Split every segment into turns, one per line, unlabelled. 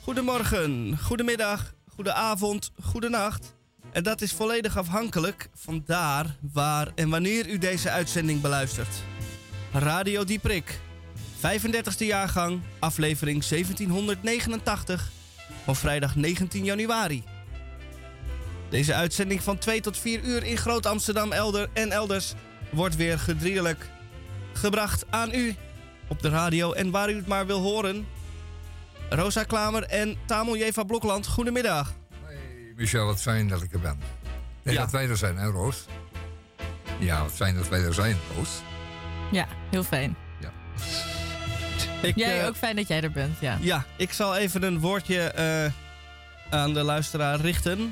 Goedemorgen, goedemiddag, goedenavond, goedenacht. En dat is volledig afhankelijk van daar, waar en wanneer u deze uitzending beluistert. Radio Dieprik, 35e jaargang, aflevering 1789 van vrijdag 19 januari. Deze uitzending van 2 tot 4 uur in Groot-Amsterdam en elders wordt weer gedrielijk gebracht aan u op de radio en waar u het maar wil horen. Rosa Klamer en Tamel Jeva Blokland, goedemiddag.
Hey Michel, wat fijn dat ik er ben. Nee, dat wij er zijn, hè Roos? Ja, wat fijn dat wij er zijn, Roos.
Ja, heel fijn.
Ja.
Jij ook fijn dat jij er bent, ja.
Ja, ik zal even een woordje aan de luisteraar richten.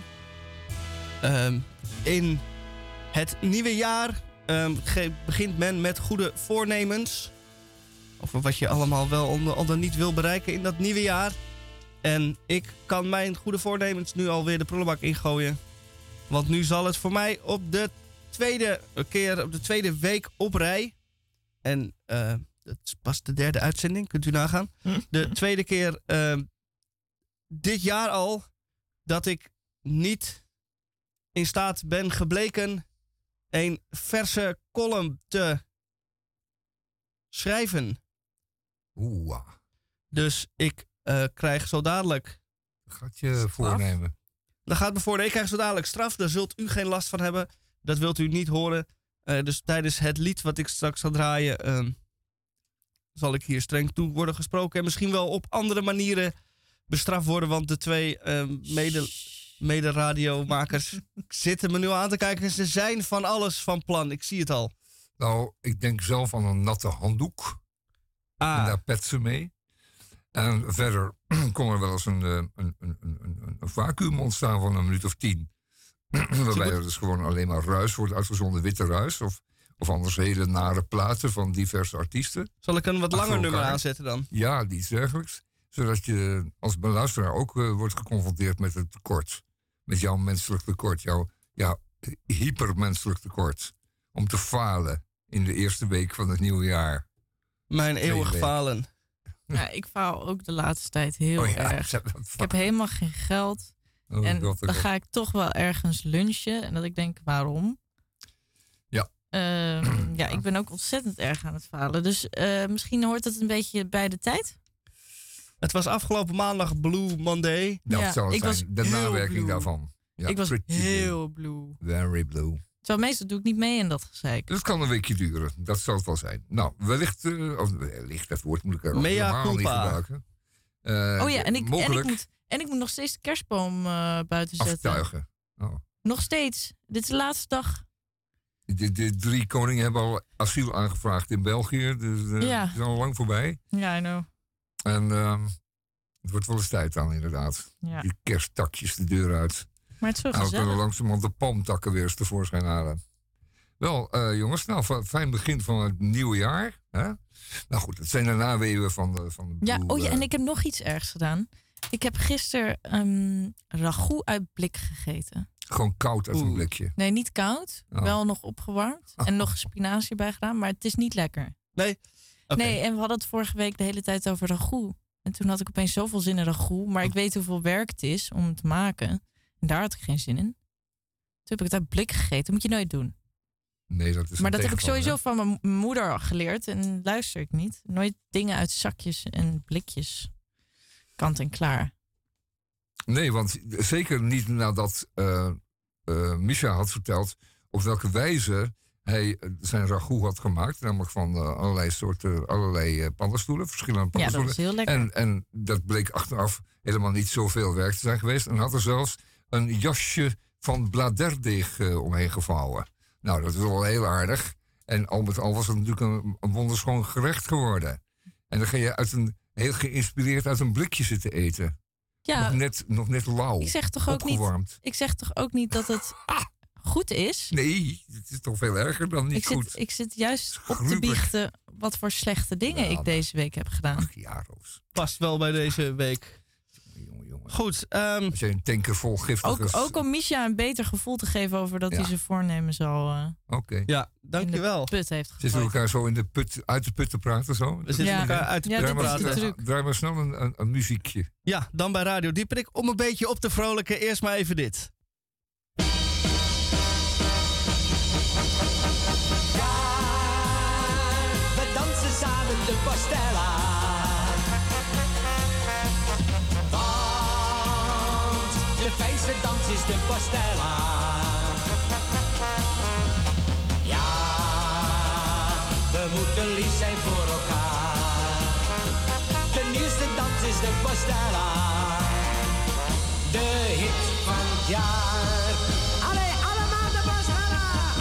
In het nieuwe jaar begint men met goede voornemens. Over wat je allemaal wel al dan niet wil bereiken in dat nieuwe jaar. En ik kan mijn goede voornemens nu alweer de prullenbak ingooien. Want nu zal het voor mij op de tweede week op rij. En dat is pas de derde uitzending, kunt u nagaan. De tweede keer dit jaar al dat ik niet in staat ben gebleken een verse column te schrijven.
Oeh.
Dus ik krijg zo dadelijk...
Gaat je voornemen?
Dan gaat me voornemen. Ik krijg zo dadelijk straf. Daar zult u geen last van hebben. Dat wilt u niet horen. Dus tijdens het lied wat ik straks zal draaien... zal ik hier streng toe worden gesproken. En misschien wel op andere manieren bestraft worden. Want de twee mede-radiomakers zitten me nu aan te kijken. Ze zijn van alles van plan. Ik zie het al.
Nou, ik denk zelf aan een natte handdoek. En daar pet ze mee. En verder kon er wel eens een vacuüm ontstaan van een minuut of 10. Waarbij er dus gewoon alleen maar ruis wordt uitgezonden, witte ruis. Of anders hele nare platen van diverse artiesten.
Zal ik een wat langer nummer aanzetten dan?
Ja, iets dergelijks. Zodat je als beluisteraar ook wordt geconfronteerd met het tekort. Met jouw menselijk tekort. Jouw hypermenselijk tekort. Om te falen in de eerste week van het nieuwe jaar.
Mijn eeuwig falen.
Ja, ik faal ook de laatste tijd heel erg. Ik heb helemaal geen geld. En dan ga ik toch wel ergens lunchen. En dat ik denk, waarom?
Ja.
Ik ben ook ontzettend erg aan het falen. Dus misschien hoort het een beetje bij de tijd.
Het was afgelopen maandag Blue Monday.
Dat zou het zijn. De nawerking
blue.
daarvan. Ja,
ik was heel blue.
Very blue.
Terwijl meestal doe ik niet mee in dat gezeik.
Dus het kan een weekje duren. Dat zal het wel zijn. Nou, wellicht, dat woord moet ik er helemaal niet gebruiken.
En ik moet nog steeds de kerstboom buiten zetten.
Aftuigen. Oh.
Nog steeds. Dit is de laatste dag.
De 3 koningen hebben al asiel aangevraagd in België. Dus het is al lang voorbij.
Ja, I know.
En het wordt wel eens tijd dan, inderdaad.
Ja.
Die kersttakjes de deur uit.
Maar het is zo gezellig.
We kunnen langzamerhand de palmtakken weer eens tevoorschijn halen. Wel, jongens, fijn begin van het nieuwe jaar. Hè? Nou goed, het zijn de naweeën van de
en ik heb nog iets ergs gedaan. Ik heb gisteren ragout uit blik gegeten.
Gewoon koud uit een blikje?
Nee, niet koud. Wel nog opgewarmd. En nog spinazie erbij gedaan, maar het is niet lekker.
Nee? Okay.
Nee, en we hadden het vorige week de hele tijd over ragout. En toen had ik opeens zoveel zin in ragout. Maar ik weet hoeveel werk het is om het te maken. En daar had ik geen zin in. Toen heb ik het uit blik gegeten. Dat moet je nooit doen.
Nee, dat is.
Maar dat heb ik sowieso van mijn moeder geleerd. En luister ik niet. Nooit dingen uit zakjes en blikjes. Kant en klaar.
Nee, want zeker niet nadat Misha had verteld op welke wijze hij zijn ragout had gemaakt. Namelijk van allerlei paddenstoelen, verschillende paddenstoelen.
Ja, dat was heel lekker.
En dat bleek achteraf helemaal niet zoveel werk te zijn geweest. En had er zelfs een jasje van bladerdeeg omheen gevouwen. Nou, dat is wel heel aardig. En al met al was het natuurlijk een wonderschoon gerecht geworden. En dan ga je heel geïnspireerd uit een blikje zitten eten.
Ja,
nog net lauw.
Ik zeg toch ook niet dat het goed is?
Nee, het is toch veel erger dan niet goed.
Ik zit juist op te biechten wat voor slechte dingen ik deze week heb gedaan.
Ach ja, Roos.
Past wel bij deze week.
jongen.
Goed.
Als je een tanker vol giftigers...
Ook om Misha een beter gevoel te geven over dat hij zijn voornemen zal...
Oké.
Ja, dankjewel.
Put heeft gegooid.
Zitten we elkaar zo uit de put te praten zo?
We zitten elkaar uit de put te praten.
Draai maar snel een muziekje.
Ja, dan bij Radio Dieprik. Om een beetje op te vrolijken, eerst maar even dit.
We dansen samen de Postella. Want de fijnste dans is de Postella. Ja, we moeten lief zijn voor elkaar. De nieuwste dans is de Postella. De hit van het jaar. Allee, allemaal de Postella.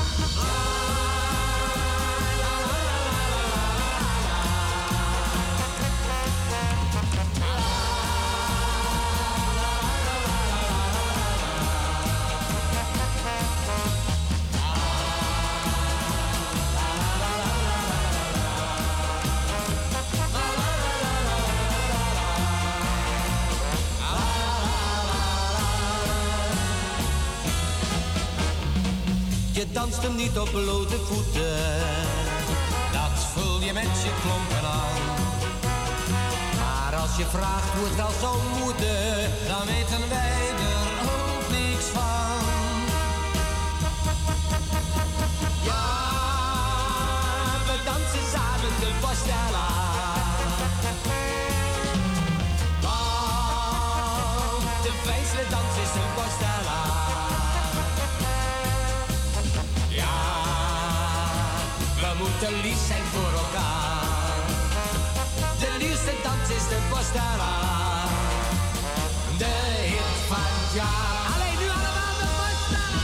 Je danst hem niet op blote voeten, dat voel je met je klompen aan. Maar als je vraagt hoe het wel zou moeten, dan weten wij er ook niks van. Ja, we dansen samen de Postella. Want de fijnste dans is de Postella. We moeten lief zijn voor elkaar. De nieuwste dans is de Postella. De hit van het jaar. Alleen nu allemaal de Postella.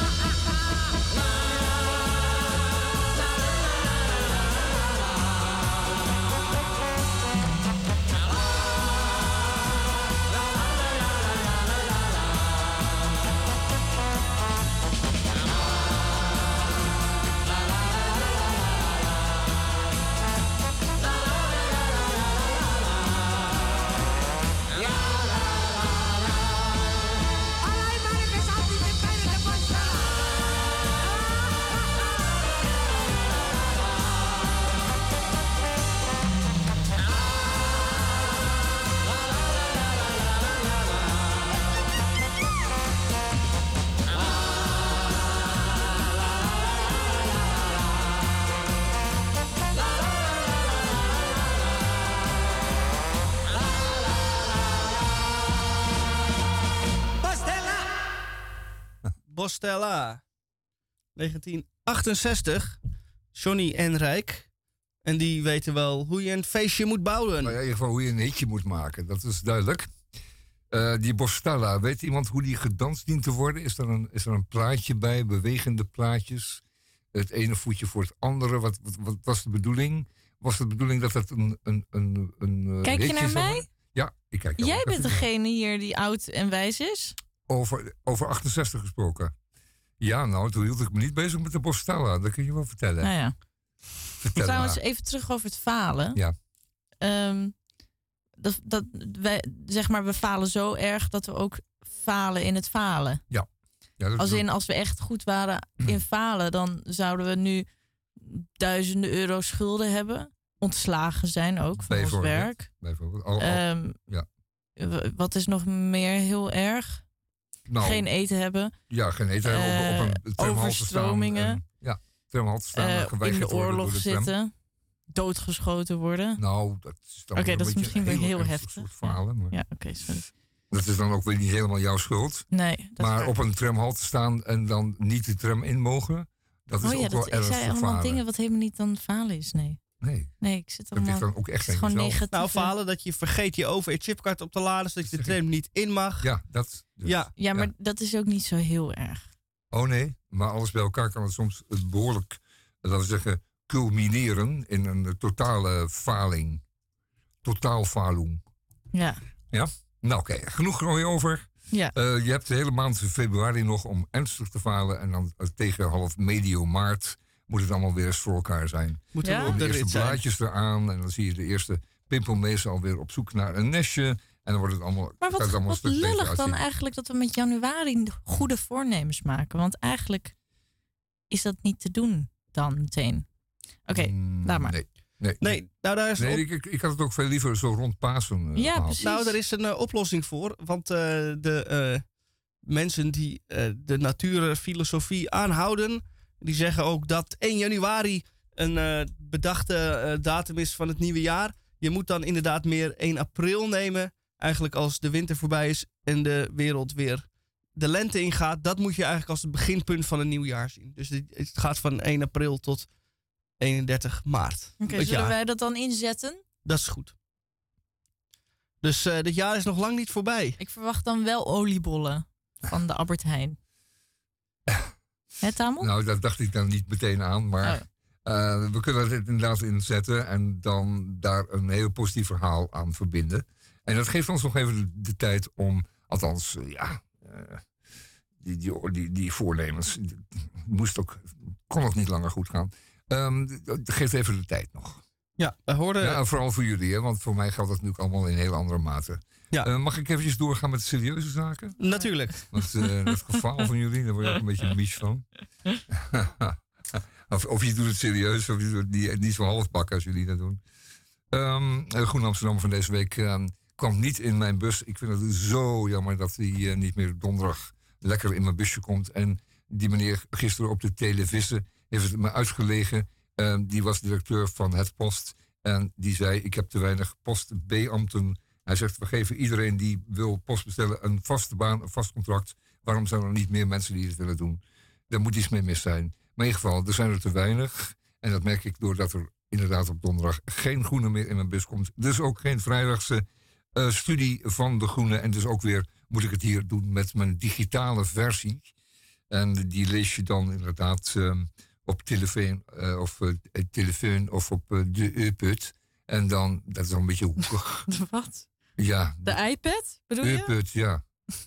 Postella. 1968. Johnny en Rijk. En die weten wel hoe je een feestje moet bouwen.
Nou ja, in ieder geval hoe je een hitje moet maken. Dat is duidelijk. Die Postella, weet iemand hoe die gedanst dient te worden? Is er een plaatje bij, bewegende plaatjes? Het ene voetje voor het andere. Wat was de bedoeling? Was de bedoeling dat het een
Kijk je naar mij?
Was? Ja, ik kijk.
Jij bent degene hier die oud en wijs is?
Over 68 gesproken. Ja, nou, toen hield ik me niet bezig met de Postella. Dat kun je wel vertellen.
Nou ja. Trouwens, even terug over het falen.
Ja.
We falen zo erg dat we ook falen in het falen.
Ja.
Als we echt goed waren in falen, dan zouden we nu duizenden euro schulden hebben. Ontslagen zijn ook van ons werk.
Bijvoorbeeld. Ja.
Wat is nog meer heel erg?
Nou,
geen eten hebben.
Ja, geen eten hebben. Op een
overstromingen.
Tramhalte staan.
In de oorlog zitten. Doodgeschoten worden.
Nou, dat is dan
dat is misschien weer heel heftig.
Soort falen, maar
ja, oké, sorry.
Dat is dan ook weer niet helemaal jouw schuld.
Nee.
Maar op een tramhalte staan en dan niet de tram in mogen, dat is ook wel erg
Ik zei allemaal dingen wat helemaal niet dan falen is, nee. Nee, ik zit allemaal...
Dat ligt dan ook echt
gewoon negatief.
Nou, falen dat je vergeet je chipkaart op te laden, zodat je de tram niet in mag.
Ja, dat... Dus.
Ja, maar dat is ook niet zo heel erg.
Oh nee, maar alles bij elkaar kan het soms behoorlijk, laten we zeggen, culmineren in een totale faling. Totaalfalung.
Ja.
Ja? Nou oké, genoeg gooi over.
Ja.
Je hebt de hele maand februari nog om ernstig te falen. En dan tegen half medio maart moet het allemaal weer eens voor elkaar zijn.
Moeten we
de eerste blaadjes eraan. En dan zie je de eerste pimpelmees alweer op zoek naar een nestje. En dan wordt het allemaal...
Maar
gaat het allemaal
wat
een stuk beter
lullig dan
uitzien.
eigenlijk dat we met januari goede voornemens maken. Want eigenlijk is dat niet te doen dan meteen. Oké, laat maar.
Nee, nou daar is
ik had het ook veel liever zo rond Pasen
Ja,
gehad.
precies.
Nou, daar is een oplossing voor. Want de mensen die de natuurfilosofie aanhouden, die zeggen ook dat 1 januari een bedachte datum is van het nieuwe jaar. Je moet dan inderdaad meer 1 april nemen. Eigenlijk als de winter voorbij is en de wereld weer de lente ingaat. Dat moet je eigenlijk als het beginpunt van een nieuw jaar zien. Dus het gaat van 1 april tot 31 maart.
Oké, zullen wij dat dan inzetten?
Dat is goed. Dus dit jaar is nog lang niet voorbij.
Ik verwacht dan wel oliebollen van de Albert Heijn. Hè, Tamel?
Nou, dat dacht ik dan niet meteen aan, maar we kunnen het inderdaad inzetten en dan daar een heel positief verhaal aan verbinden. En dat geeft ons nog even de tijd om, althans, die voornemens, kon ook niet langer goed gaan. Geef even de tijd nog.
Ja, we hoorden...
Ja, vooral voor jullie, hè, want voor mij geldt dat natuurlijk allemaal in heel andere mate.
Ja.
Mag ik eventjes doorgaan met de serieuze zaken?
Natuurlijk.
Want het geval van jullie, daar word je ook een beetje mies van. of je doet het serieus, of je doet het niet zo halfbak als jullie dat doen. Groen Amsterdam van deze week kwam niet in mijn bus. Ik vind het zo jammer dat hij niet meer donderdag lekker in mijn busje komt. En die meneer gisteren op de televisie heeft het me uitgelegen. Die was directeur van Het Post. En die zei, ik heb te weinig postbeambten. Hij zegt, we geven iedereen die wil post bestellen een vaste baan, een vast contract. Waarom zijn er niet meer mensen die het willen doen? Daar moet iets mee mis zijn. Maar in ieder geval, er zijn er te weinig. En dat merk ik doordat er inderdaad op donderdag geen groene meer in mijn bus komt. Dus ook geen vrijdagse studie van de groene. En dus ook weer moet ik het hier doen met mijn digitale versie. En die lees je dan inderdaad op telefoon of op de e-put. En dan, dat is al een beetje hoekig.
Wat?
Ja.
De iPad, bedoel je?
E-put, ja.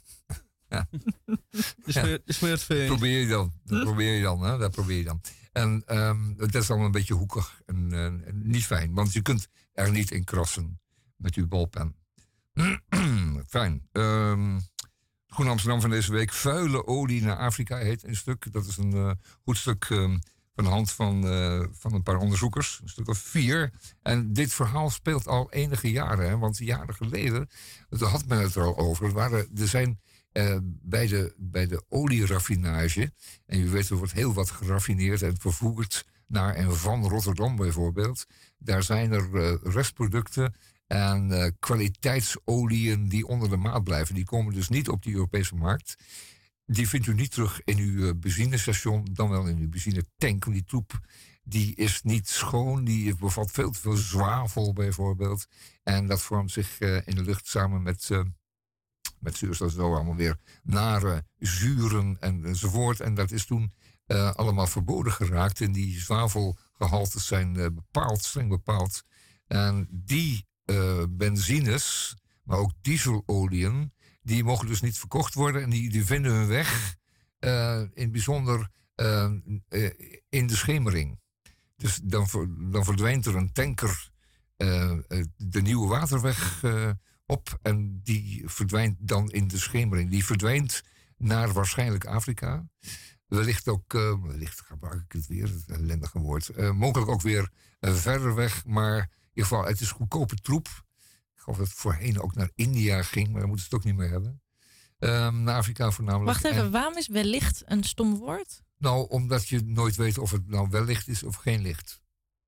De smartphone.
Dat probeer je dan. En dat is allemaal een beetje hoekig en niet fijn. Want je kunt er niet in krassen met uw balpen. Fijn. Groen Amsterdam van deze week. Vuile olie naar Afrika heet een stuk. Dat is een goed stuk van de hand van een paar onderzoekers. Een stuk of 4. En dit verhaal speelt al enige jaren. Hè, want jaren geleden, daar had men het er al over. Er zijn bij de olieraffinage, en u weet, er wordt heel wat geraffineerd en vervoerd naar en van Rotterdam bijvoorbeeld. Daar zijn er restproducten en kwaliteitsolieën die onder de maat blijven. Die komen dus niet op de Europese markt. Die vindt u niet terug in uw benzinestation, dan wel in uw benzinetank. Want die troep die is niet schoon, die bevat veel te veel zwavel bijvoorbeeld. En dat vormt zich in de lucht samen met zuurstof, zo allemaal weer nare zuren enzovoort. En dat is toen allemaal verboden geraakt. En die zwavelgehaltes zijn streng bepaald. En die benzines, maar ook dieselolieën, die mogen dus niet verkocht worden. En die vinden hun weg, in het bijzonder in de schemering. Dus dan verdwijnt er een tanker de Nieuwe Waterweg op en die verdwijnt dan in de schemering. Die verdwijnt naar waarschijnlijk Afrika. Wellicht ook, wellicht gebruik ik het weer, het ellendige woord. Mogelijk ook weer verder weg, maar in ieder geval, het is goedkope troep. Ik geloof dat het voorheen ook naar India ging, maar daar moeten ze het ook niet meer hebben. Naar Afrika voornamelijk.
Wacht even, waarom is wellicht een stom woord?
Nou, omdat je nooit weet of het nou wel licht is of geen licht.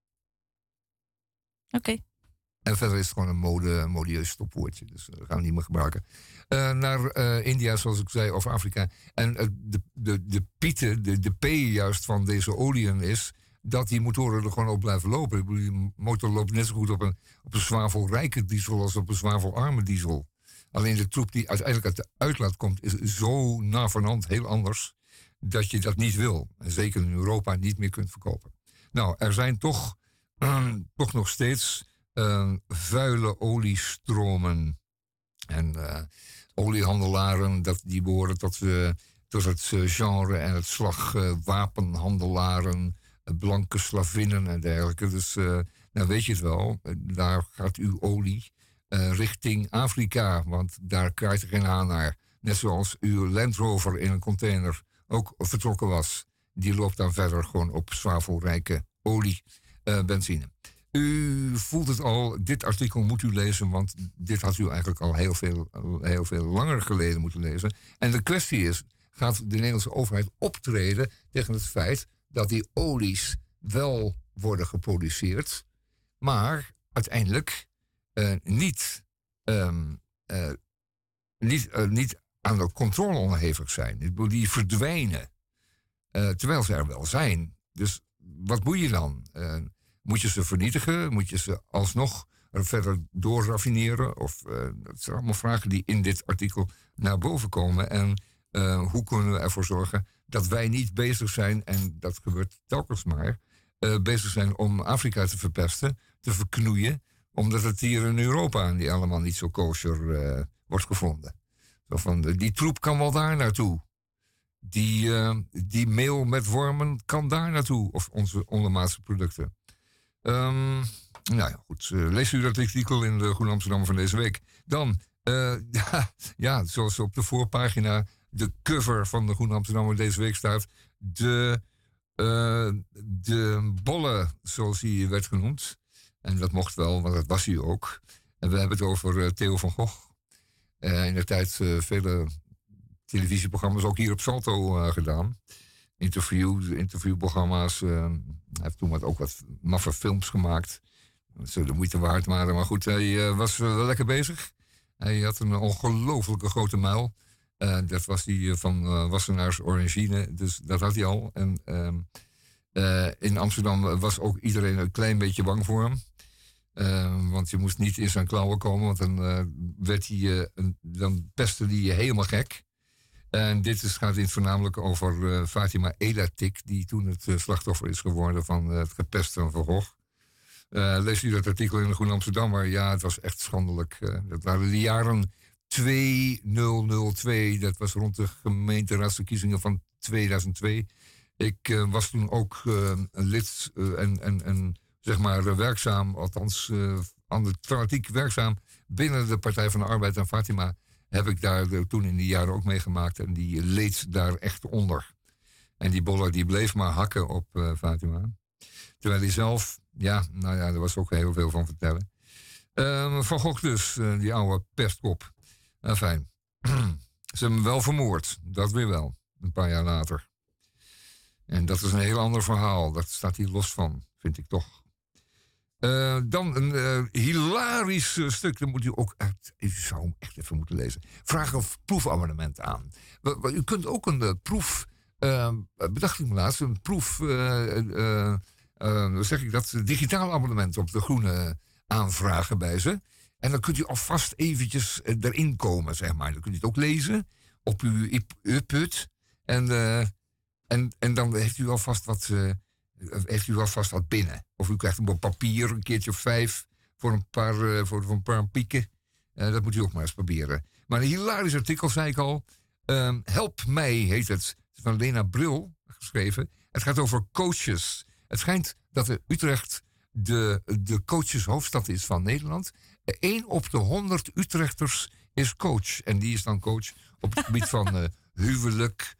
Oké.
En verder is het gewoon een modieus stopwoordje. Dus dat gaan we niet meer gebruiken. Naar India, zoals ik zei, of Afrika. En de pieten, de P juist van deze oliën is dat die motoren er gewoon op blijven lopen. Ik bedoel, die motor loopt net zo goed op een zwavelrijke diesel als op een zwavelarme diesel. Alleen de troep die uiteindelijk uit de uitlaat komt is zo navenant heel anders dat je dat niet wil. En zeker in Europa niet meer kunt verkopen. Nou, er zijn toch nog steeds vuile oliestromen. En oliehandelaren, die behoren tot het genre en het slag wapenhandelaren, blanke slavinnen en dergelijke. Dus nou weet je het wel, daar gaat uw olie richting Afrika. Want daar krijgt er geen haan naar. Net zoals uw Land Rover in een container ook vertrokken was. Die loopt dan verder gewoon op zwavelrijke olie, benzine. U voelt het al, dit artikel moet u lezen, want dit had u eigenlijk al heel veel langer geleden moeten lezen. En de kwestie is, gaat de Nederlandse overheid optreden tegen het feit dat die olies wel worden geproduceerd, maar uiteindelijk niet aan de controle onderhevig zijn. Ik bedoel, die verdwijnen, terwijl ze er wel zijn. Dus wat moet je dan? Moet je ze vernietigen? Moet je ze alsnog verder doorraffineren? Dat zijn allemaal vragen die in dit artikel naar boven komen. En hoe kunnen we ervoor zorgen dat wij niet bezig zijn, en dat gebeurt telkens maar, bezig zijn om Afrika te verpesten, te verknoeien, omdat het hier in Europa die allemaal niet zo kosher wordt gevonden. Zo van, die troep kan wel daar naartoe. Die meel met wormen kan daar naartoe. Of onze ondermaatse producten. Nou ja, goed. Lees u dat artikel in de Groene Amsterdammer van deze week. Dan, zoals op de voorpagina, de cover van de Groene Amsterdammer deze week staat. De bolle, zoals hij werd genoemd. En dat mocht wel, want dat was hij ook. En we hebben het over Theo van Gogh. In de tijd vele televisieprogramma's ook hier op Salto gedaan. Interviewprogramma's. Hij heeft toen ook wat maffe films gemaakt. Dat is de moeite waard. Maar goed, hij was wel lekker bezig. Hij had een ongelooflijke grote muil. Dat was die van Wassenaars Orangine. Dus dat had hij al. En in Amsterdam was ook iedereen een klein beetje bang voor hem. Want je moest niet in zijn klauwen komen. Want dan pestte hij je helemaal gek. En dit gaat voornamelijk over Fatima Elatik, die toen het slachtoffer is geworden van het gepest van Van Gogh. Lees u dat artikel in de Groene Amsterdammer? Ja, het was echt schandelijk. Dat waren de jaren 2002. Dat was rond de gemeenteraadsverkiezingen van 2002. Ik was toen ook lid en zeg maar werkzaam, althans aan de fanatiek werkzaam binnen de Partij van de Arbeid. En Fatima heb ik daar toen in die jaren ook meegemaakt. En die leed daar echt onder. En die boller die bleef maar hakken op Fatima. Terwijl hij zelf, daar was ook heel veel van vertellen. Van Gogh dus, die oude pestkop. Fijn. Ze hebben hem wel vermoord. Dat weer wel. Een paar jaar later. En dat is een heel ander verhaal. Dat staat hier los van, vind ik toch. Dan een hilarisch stuk. Dan moet u ook u zou hem echt even moeten lezen. Vraag een proefabonnement aan. U kunt ook een proef, bedacht ik me laatst, een proef, hoe zeg ik dat, digitaal abonnement op de Groene aanvragen bij ze. En dan kunt u alvast eventjes erin komen, zeg maar. Dan kunt u het ook lezen op uw iPad. En dan heeft u alvast wat binnen. Of u krijgt hem op papier, een keertje of 5 voor een paar pieken. Dat moet u ook maar eens proberen. Maar een hilarisch artikel, zei ik al. Help mij heet het. Van Lena Bril geschreven. Het gaat over coaches. Het schijnt dat Utrecht de coacheshoofdstad is van Nederland. 1 op de 100 Utrechters is coach. En die is dan coach op het gebied van huwelijk,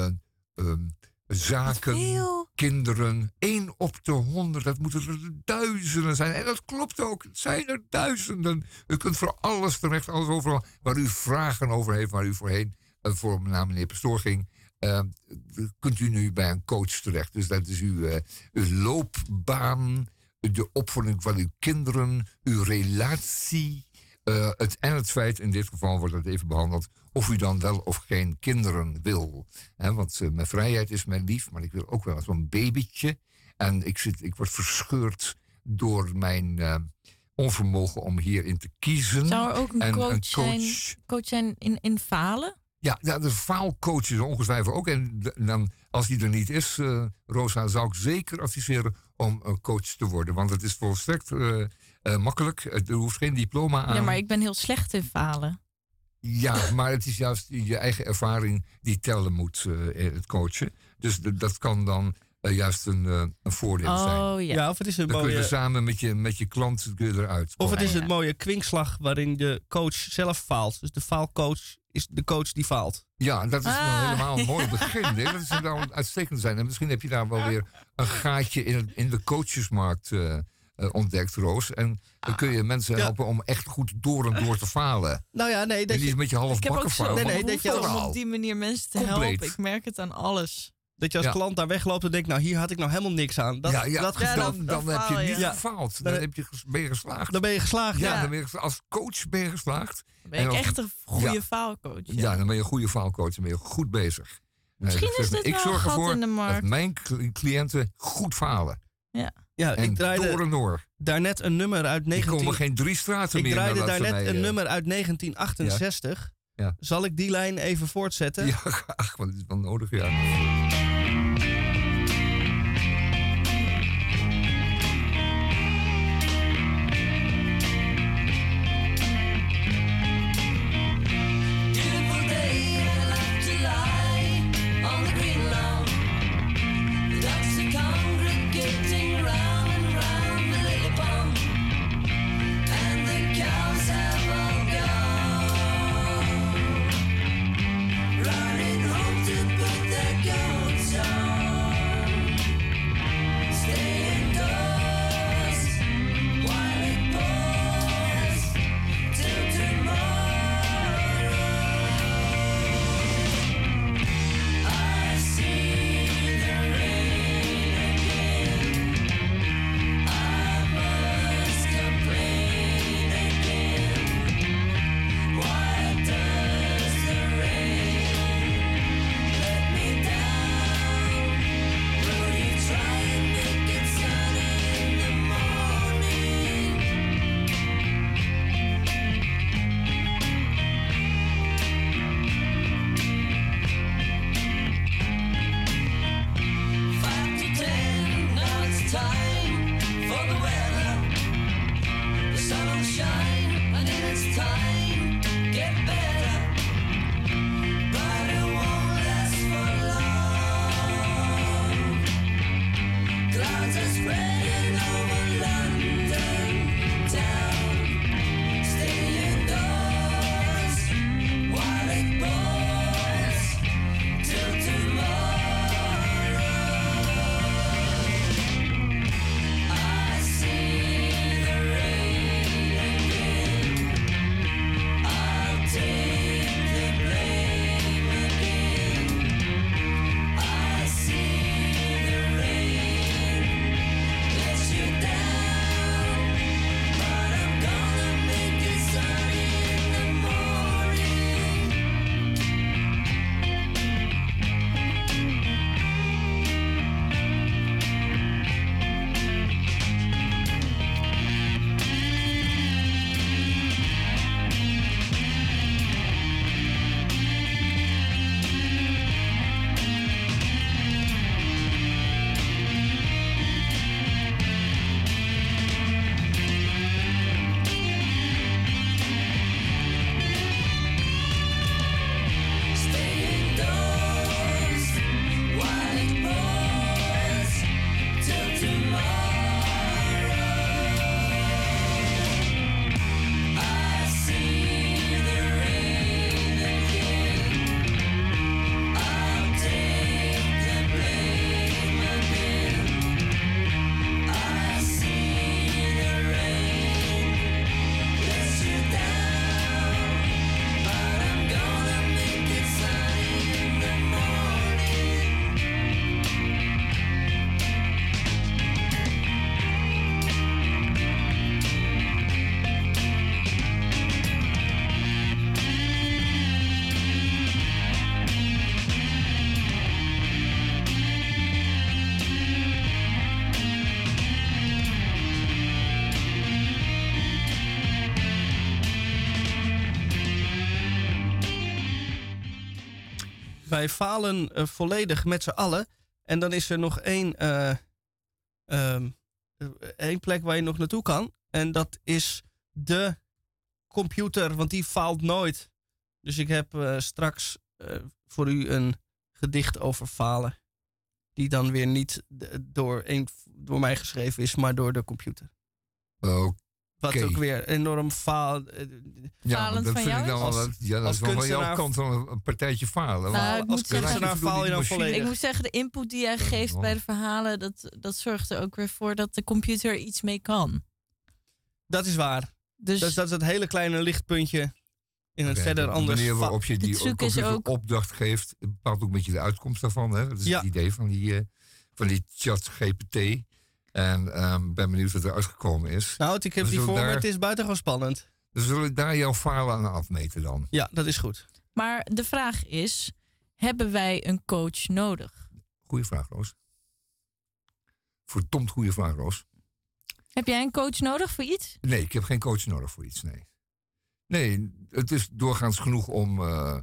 zaken, kinderen. 1 op de 100, dat moeten er duizenden zijn. En dat klopt ook, het zijn er duizenden. U kunt voor alles terecht, alles overal waar u vragen over heeft, waar u voorheen voor meneer Pastoor ging, kunt u nu bij een coach terecht. Dus dat is uw loopbaan, de opvoeding van uw kinderen, uw relatie. En het feit, in dit geval wordt het even behandeld, of u dan wel of geen kinderen wil. Want mijn vrijheid is mij lief, maar ik wil ook wel zo'n babytje. En ik word verscheurd door mijn onvermogen om hierin te kiezen.
Zou er ook een coach zijn in falen?
Ja, de faalcoach is ongetwijfeld ook. En dan, als die er niet is, Rosa, zou ik zeker adviseren om een coach te worden. Want het is volstrekt makkelijk. Er hoeft geen diploma aan.
Ja, maar ik ben heel slecht in falen.
Ja, maar het is juist je eigen ervaring die tellen moet in het coachen. Dus dat kan dan juist een voordeel zijn.
Oh ja.
Ja, of het is een
Dan kun je
mooie...
samen met je klant kun je eruit.
Of het is
Ja.
het mooie kwinkslag waarin de coach zelf faalt. Dus de faalcoach is de coach die faalt.
Ja, dat is wel
Ah.
helemaal een mooi begin. Hè? Dat zou nou uitstekend zijn. En misschien heb je daar wel weer een gaatje in de coachesmarkt ontdekt, Roos. En dan kun je mensen helpen om echt goed door en door te falen.
Nou ja, nee,
En
dat
niet
je,
met je half
Ik heb ook
bakken
zo
falen.
Nee, dat je
om
verhaal.
op die manier mensen te
Compleet.
helpen. Ik merk het aan alles.
dat je als
Ja.
klant daar wegloopt en denkt... nou, hier had ik nou helemaal niks aan. Dat,
dat
dan
heb
faal
je
je.
niet
Ja.
gefaald. Dan ben je geslaagd.
dan ben je geslaagd.
Ja,
Ja.
dan ben je, als coach ben je geslaagd.
Dan ben ik
En als-
echt een goede
Ja.
faalcoach.
Ja, dan ben je een goede faalcoach en ben je goed bezig.
Misschien
dat
is
zegt me,
dit
ik
wel
zorg
een gat
ervoor
in de
dat
markt.
mijn cliënten goed falen.
Ja,
En
ik draaide
door en door.
daarnet een nummer uit
Die
19...
komen geen 3 straten
Ik
meer.
draaide
nadat ze
daarnet
mij,
een nummer uit 1968.
Ja.
Zal ik die lijn even voortzetten?
Ja, graag, want het is wel nodig, ja.
Beautiful day, I like to lie on the green lawn. The ducks are congregating round and round the lily pond, and the cows have all gone, running home to put their goats on. Stay indoors while it pours till tomorrow. I see the rain again. I must complain again. Why does the rain let me down? Will you try and make it sunny in the morning? Five to 10, now it's time for the weather. The sun will shine, and in its time, get better. But it won't last for long. Clouds are spreading over London town. Stay indoors while it pours till tomorrow. I see the rain again. I'll take the blame again. I see the rain lets you down, but I'm gonna make it sunny in the morning. Stay indoors while it pours till tomorrow. I see the rain again. I'll take the blame again. I see the rain lets you down, but I'm gonna make it sunny in the morning.
Wij falen volledig met z'n allen. En dan is er nog één plek waar je nog naartoe kan. En dat is de computer, want die faalt nooit. Dus ik heb straks voor u een gedicht over falen. Die dan weer niet door mij geschreven is, maar door de computer. Wat ook weer enorm
Ja, dat
van
vind
jou
ik dan wel. Dat is wel van jouw kant wel een partijtje falen.
Nou,
als kunstenaar faal je dan volledig.
Ik moet zeggen, de input die jij geeft bij de verhalen, dat zorgt er ook weer voor dat de computer iets mee kan.
Dat is waar.
Dus
dat is dat hele kleine lichtpuntje in het verder
anders.
anders
Wanneer waarop je die
Het zoeken is ook-
opdracht geeft, bepaalt ook een beetje de uitkomst daarvan. Hè? Dat is het idee van die chat GPT. En ben benieuwd wat er uitgekomen is.
Nou, ik heb die voor me. Het is buitengewoon spannend.
Dus zullen we daar jouw falen aan afmeten dan?
Ja, dat is goed.
Maar de vraag is, hebben wij een coach nodig?
Goeie vraag, Roos. Verdomd goede vraag, Roos.
Heb jij een coach nodig voor iets?
Nee, ik heb geen coach nodig voor iets, nee. Nee, het is doorgaans genoeg om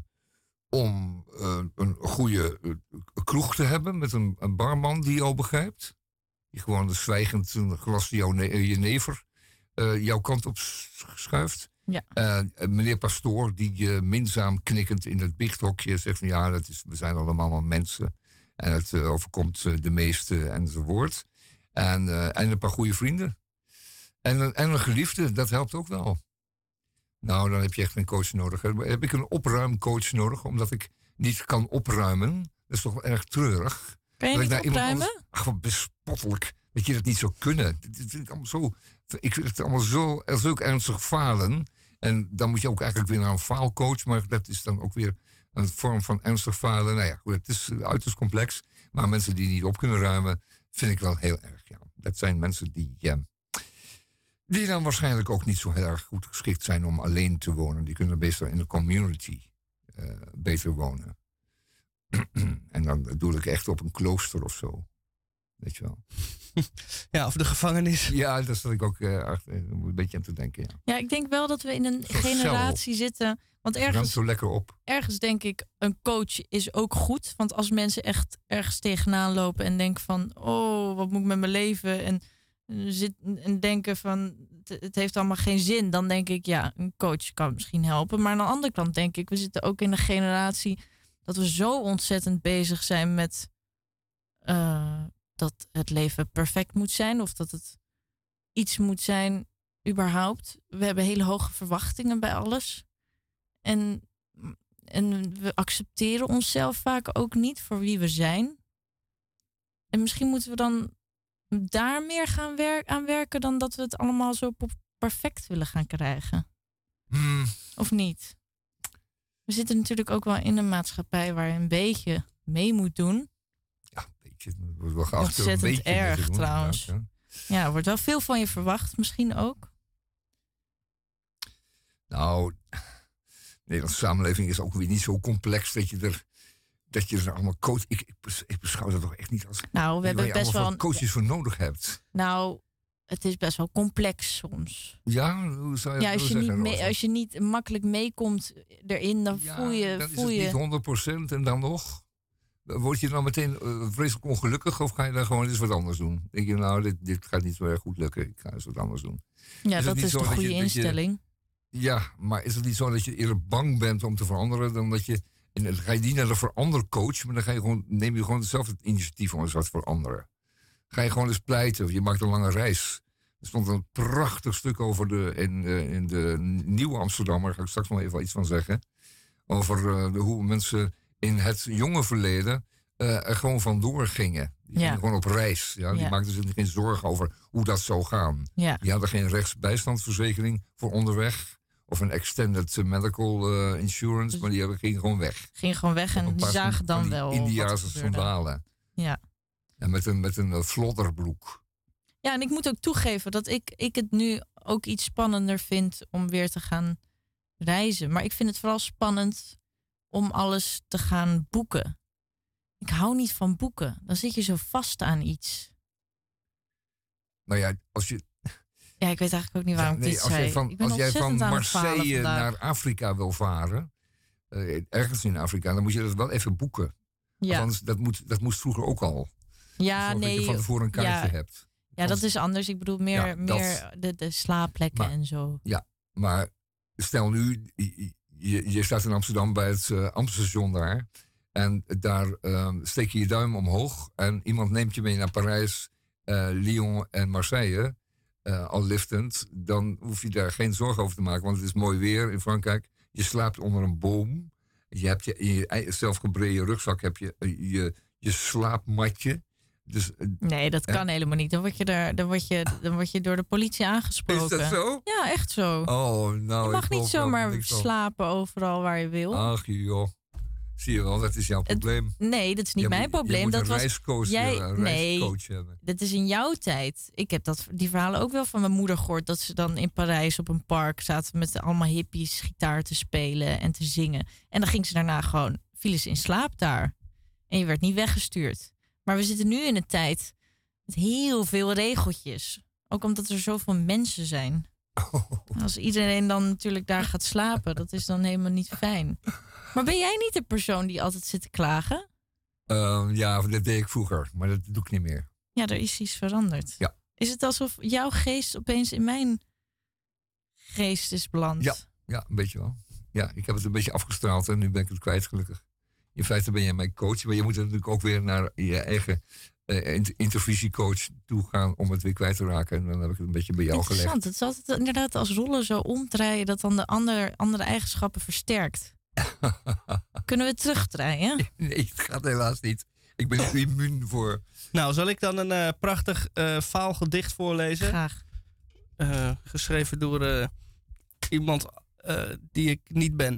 een goede kroeg te hebben met een barman die jou begrijpt. Die gewoon zwijgend een glas jenever jouw kant op schuift.
Ja.
Meneer Pastoor die minzaam knikkend in het biechthokje zegt van ja, we zijn allemaal maar mensen. En het overkomt de meeste enzovoort. En een paar goede vrienden. En een geliefde, dat helpt ook wel. Nou, dan heb je echt geen coach nodig. Heb ik een opruimcoach nodig, omdat ik niet kan opruimen. Dat is toch wel erg treurig.
Kan je niet opruimen?
Wat bespottelijk dat je dat niet zou kunnen. Ik vind het allemaal zo ernstig falen. En dan moet je ook eigenlijk weer naar een faalcoach. Maar dat is dan ook weer een vorm van ernstig falen. Nou ja, goed, het is uiterst complex. Maar mensen die niet op kunnen ruimen, vind ik wel heel erg. Ja. Dat zijn mensen die dan waarschijnlijk ook niet zo heel erg goed geschikt zijn om alleen te wonen. Die kunnen beter in de community beter wonen. En dan doe ik echt op een klooster of zo. Weet je wel.
Ja, of de gevangenis.
Ja, daar zat ik ook een beetje aan te denken. Ja,
Ja, ik denk wel dat we in een generatie zitten. Want
ruimt zo lekker op.
ergens denk ik, een coach is ook goed. Want als mensen echt ergens tegenaan lopen en denken van, oh, wat moet ik met mijn leven? En denken van, het heeft allemaal geen zin. Dan denk ik, ja, een coach kan misschien helpen. Maar aan de andere kant denk ik, we zitten ook in een generatie dat we zo ontzettend bezig zijn met dat het leven perfect moet zijn. Of dat het iets moet zijn, überhaupt. We hebben hele hoge verwachtingen bij alles. En we accepteren onszelf vaak ook niet voor wie we zijn. En misschien moeten we dan daar meer gaan aan werken dan dat we het allemaal zo perfect willen gaan krijgen. Of niet? We zitten natuurlijk ook wel in een maatschappij waar je een beetje mee moet doen.
Ja, een beetje. Het wordt wel geacht
Ontzettend
een beetje
erg
mee te doen,
trouwens. Ja, er wordt wel veel van je verwacht, misschien ook.
Nou, de Nederlandse samenleving is ook weer niet zo complex dat je er allemaal coach. Ik beschouw dat toch echt niet als.
Nou, we hebben best wel
coaches voor nodig hebt.
Nou, het is best wel complex soms.
Ja, hoe zou je
Ja,
dat zeggen?
als je niet makkelijk meekomt erin, dan voel je.
Dan is het niet 100% en dan nog. Word je dan meteen vreselijk ongelukkig of ga je dan gewoon eens wat anders doen? Denk je, nou, dit gaat niet zo erg goed lukken, ik ga eens wat anders doen.
Ja, dat is de goede instelling.
Ja, maar is het niet zo dat je eerder bang bent om te veranderen dan dat je. En dan ga je niet naar de verandercoach, maar dan neem je gewoon zelf het initiatief om eens wat te veranderen. Ga je gewoon eens pleiten of je maakt een lange reis. Er stond een prachtig stuk over in de Nieuwe Amsterdam, daar ga ik straks nog even iets van zeggen. Over hoe mensen in het jonge verleden er gewoon vandoor gingen. Die gingen gewoon op reis. Ja? Die maakten zich geen zorgen over hoe dat zou gaan.
Ja.
Die hadden geen rechtsbijstandsverzekering voor onderweg. Of een extended medical insurance, maar die gingen gewoon weg.
Ging gewoon weg en die zagen dan wel.
Indiaanse sandalen.
Ja.
En met een flodderbroek.
Ja, en ik moet ook toegeven dat ik het nu ook iets spannender vind om weer te gaan reizen. Maar ik vind het vooral spannend om alles te gaan boeken. Ik hou niet van boeken. Dan zit je zo vast aan iets.
Nou ja, als je.
Ja, ik weet eigenlijk ook niet waarom ik dit zei.
Als jij van Marseille naar Afrika wil varen, ergens in Afrika, dan moet je dat wel even boeken.
Ja.
Anders, dat moest vroeger ook al.
Ja,
dat
nee.
je van tevoren een kaartje hebt.
Ja, dat is anders. Ik bedoel meer de slaapplekken en zo.
Ja, maar stel nu, je staat in Amsterdam bij het Amstelstation daar. En daar steek je je duim omhoog. En iemand neemt je mee naar Parijs, Lyon en Marseille. Al liftend. Dan hoef je daar geen zorgen over te maken. Want het is mooi weer in Frankrijk. Je slaapt onder een boom. Je hebt in je zelfgebreide rugzak heb je slaapmatje. Dus,
nee, dat kan helemaal niet. Dan word je door de politie aangesproken.
Is dat zo?
Ja, echt zo.
Oh, nou,
je mag niet zomaar slapen overal waar je wil.
Ach joh. Zie je wel, dat is jouw probleem.
Nee, dat is niet mijn probleem.
Je moet
dat
een
was
reiscoach hebben.
Dat is in jouw tijd. Ik heb die verhalen ook wel van mijn moeder gehoord. Dat ze dan in Parijs op een park zaten met allemaal hippies gitaar te spelen en te zingen. En dan ging ze daarna vielen ze in slaap daar. En je werd niet weggestuurd. Maar we zitten nu in een tijd met heel veel regeltjes. Ook omdat er zoveel mensen zijn. Als iedereen dan natuurlijk daar gaat slapen, dat is dan helemaal niet fijn. Maar ben jij niet de persoon die altijd zit te klagen?
Ja, dat deed ik vroeger, maar dat doe ik niet meer.
Ja, er is iets veranderd.
Ja.
Is het alsof jouw geest opeens in mijn geest is beland?
Ja, een beetje wel. Ja, ik heb het een beetje afgestraald en nu ben ik het kwijt, gelukkig. In feite ben jij mijn coach, maar je moet natuurlijk ook weer naar je eigen intervisiecoach toe gaan om het weer kwijt te raken. En dan heb ik het een beetje bij jou gelegd.
Interessant. Het is altijd inderdaad als rollen zo omdraaien dat dan de andere eigenschappen versterkt. Kunnen we het terugdraaien?
Nee, het gaat helaas niet. Ik ben er immuun voor.
Nou, zal ik dan een prachtig faalgedicht voorlezen?
Graag.
Geschreven door iemand die ik niet ben.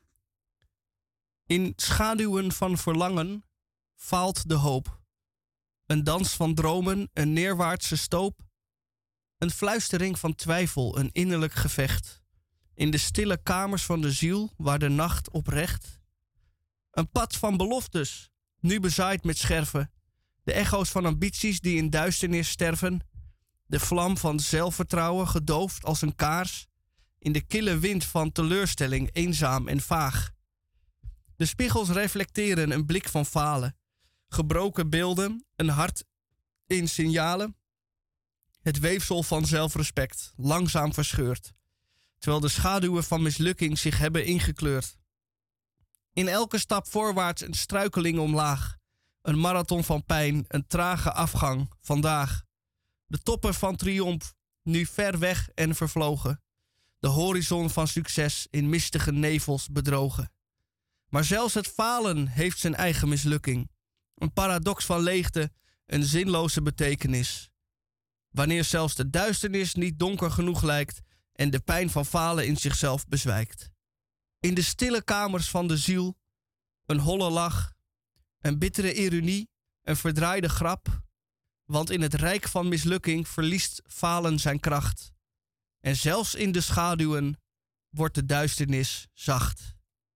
In schaduwen van verlangen faalt de hoop. Een dans van dromen, een neerwaartse stoop. Een fluistering van twijfel, een innerlijk gevecht. In de stille kamers van de ziel, waar de nacht oprecht. Een pad van beloftes, nu bezaaid met scherven. De echo's van ambities die in duisternis sterven. De vlam van zelfvertrouwen, gedoofd als een kaars. In de kille wind van teleurstelling, eenzaam en vaag. De spiegels reflecteren een blik van falen. Gebroken beelden, een hart in signalen. Het weefsel van zelfrespect, langzaam verscheurd. Terwijl de schaduwen van mislukking zich hebben ingekleurd. In elke stap voorwaarts een struikeling omlaag. Een marathon van pijn, een trage afgang, vandaag. De toppen van triomf, nu ver weg en vervlogen. De horizon van succes in mistige nevels bedrogen. Maar zelfs het falen heeft zijn eigen mislukking. Een paradox van leegte, een zinloze betekenis. Wanneer zelfs de duisternis niet donker genoeg lijkt en de pijn van falen in zichzelf bezwijkt. In de stille kamers van de ziel, een holle lach, een bittere ironie, een verdraaide grap. Want in het rijk van mislukking verliest falen zijn kracht. En zelfs in de schaduwen wordt de duisternis zacht.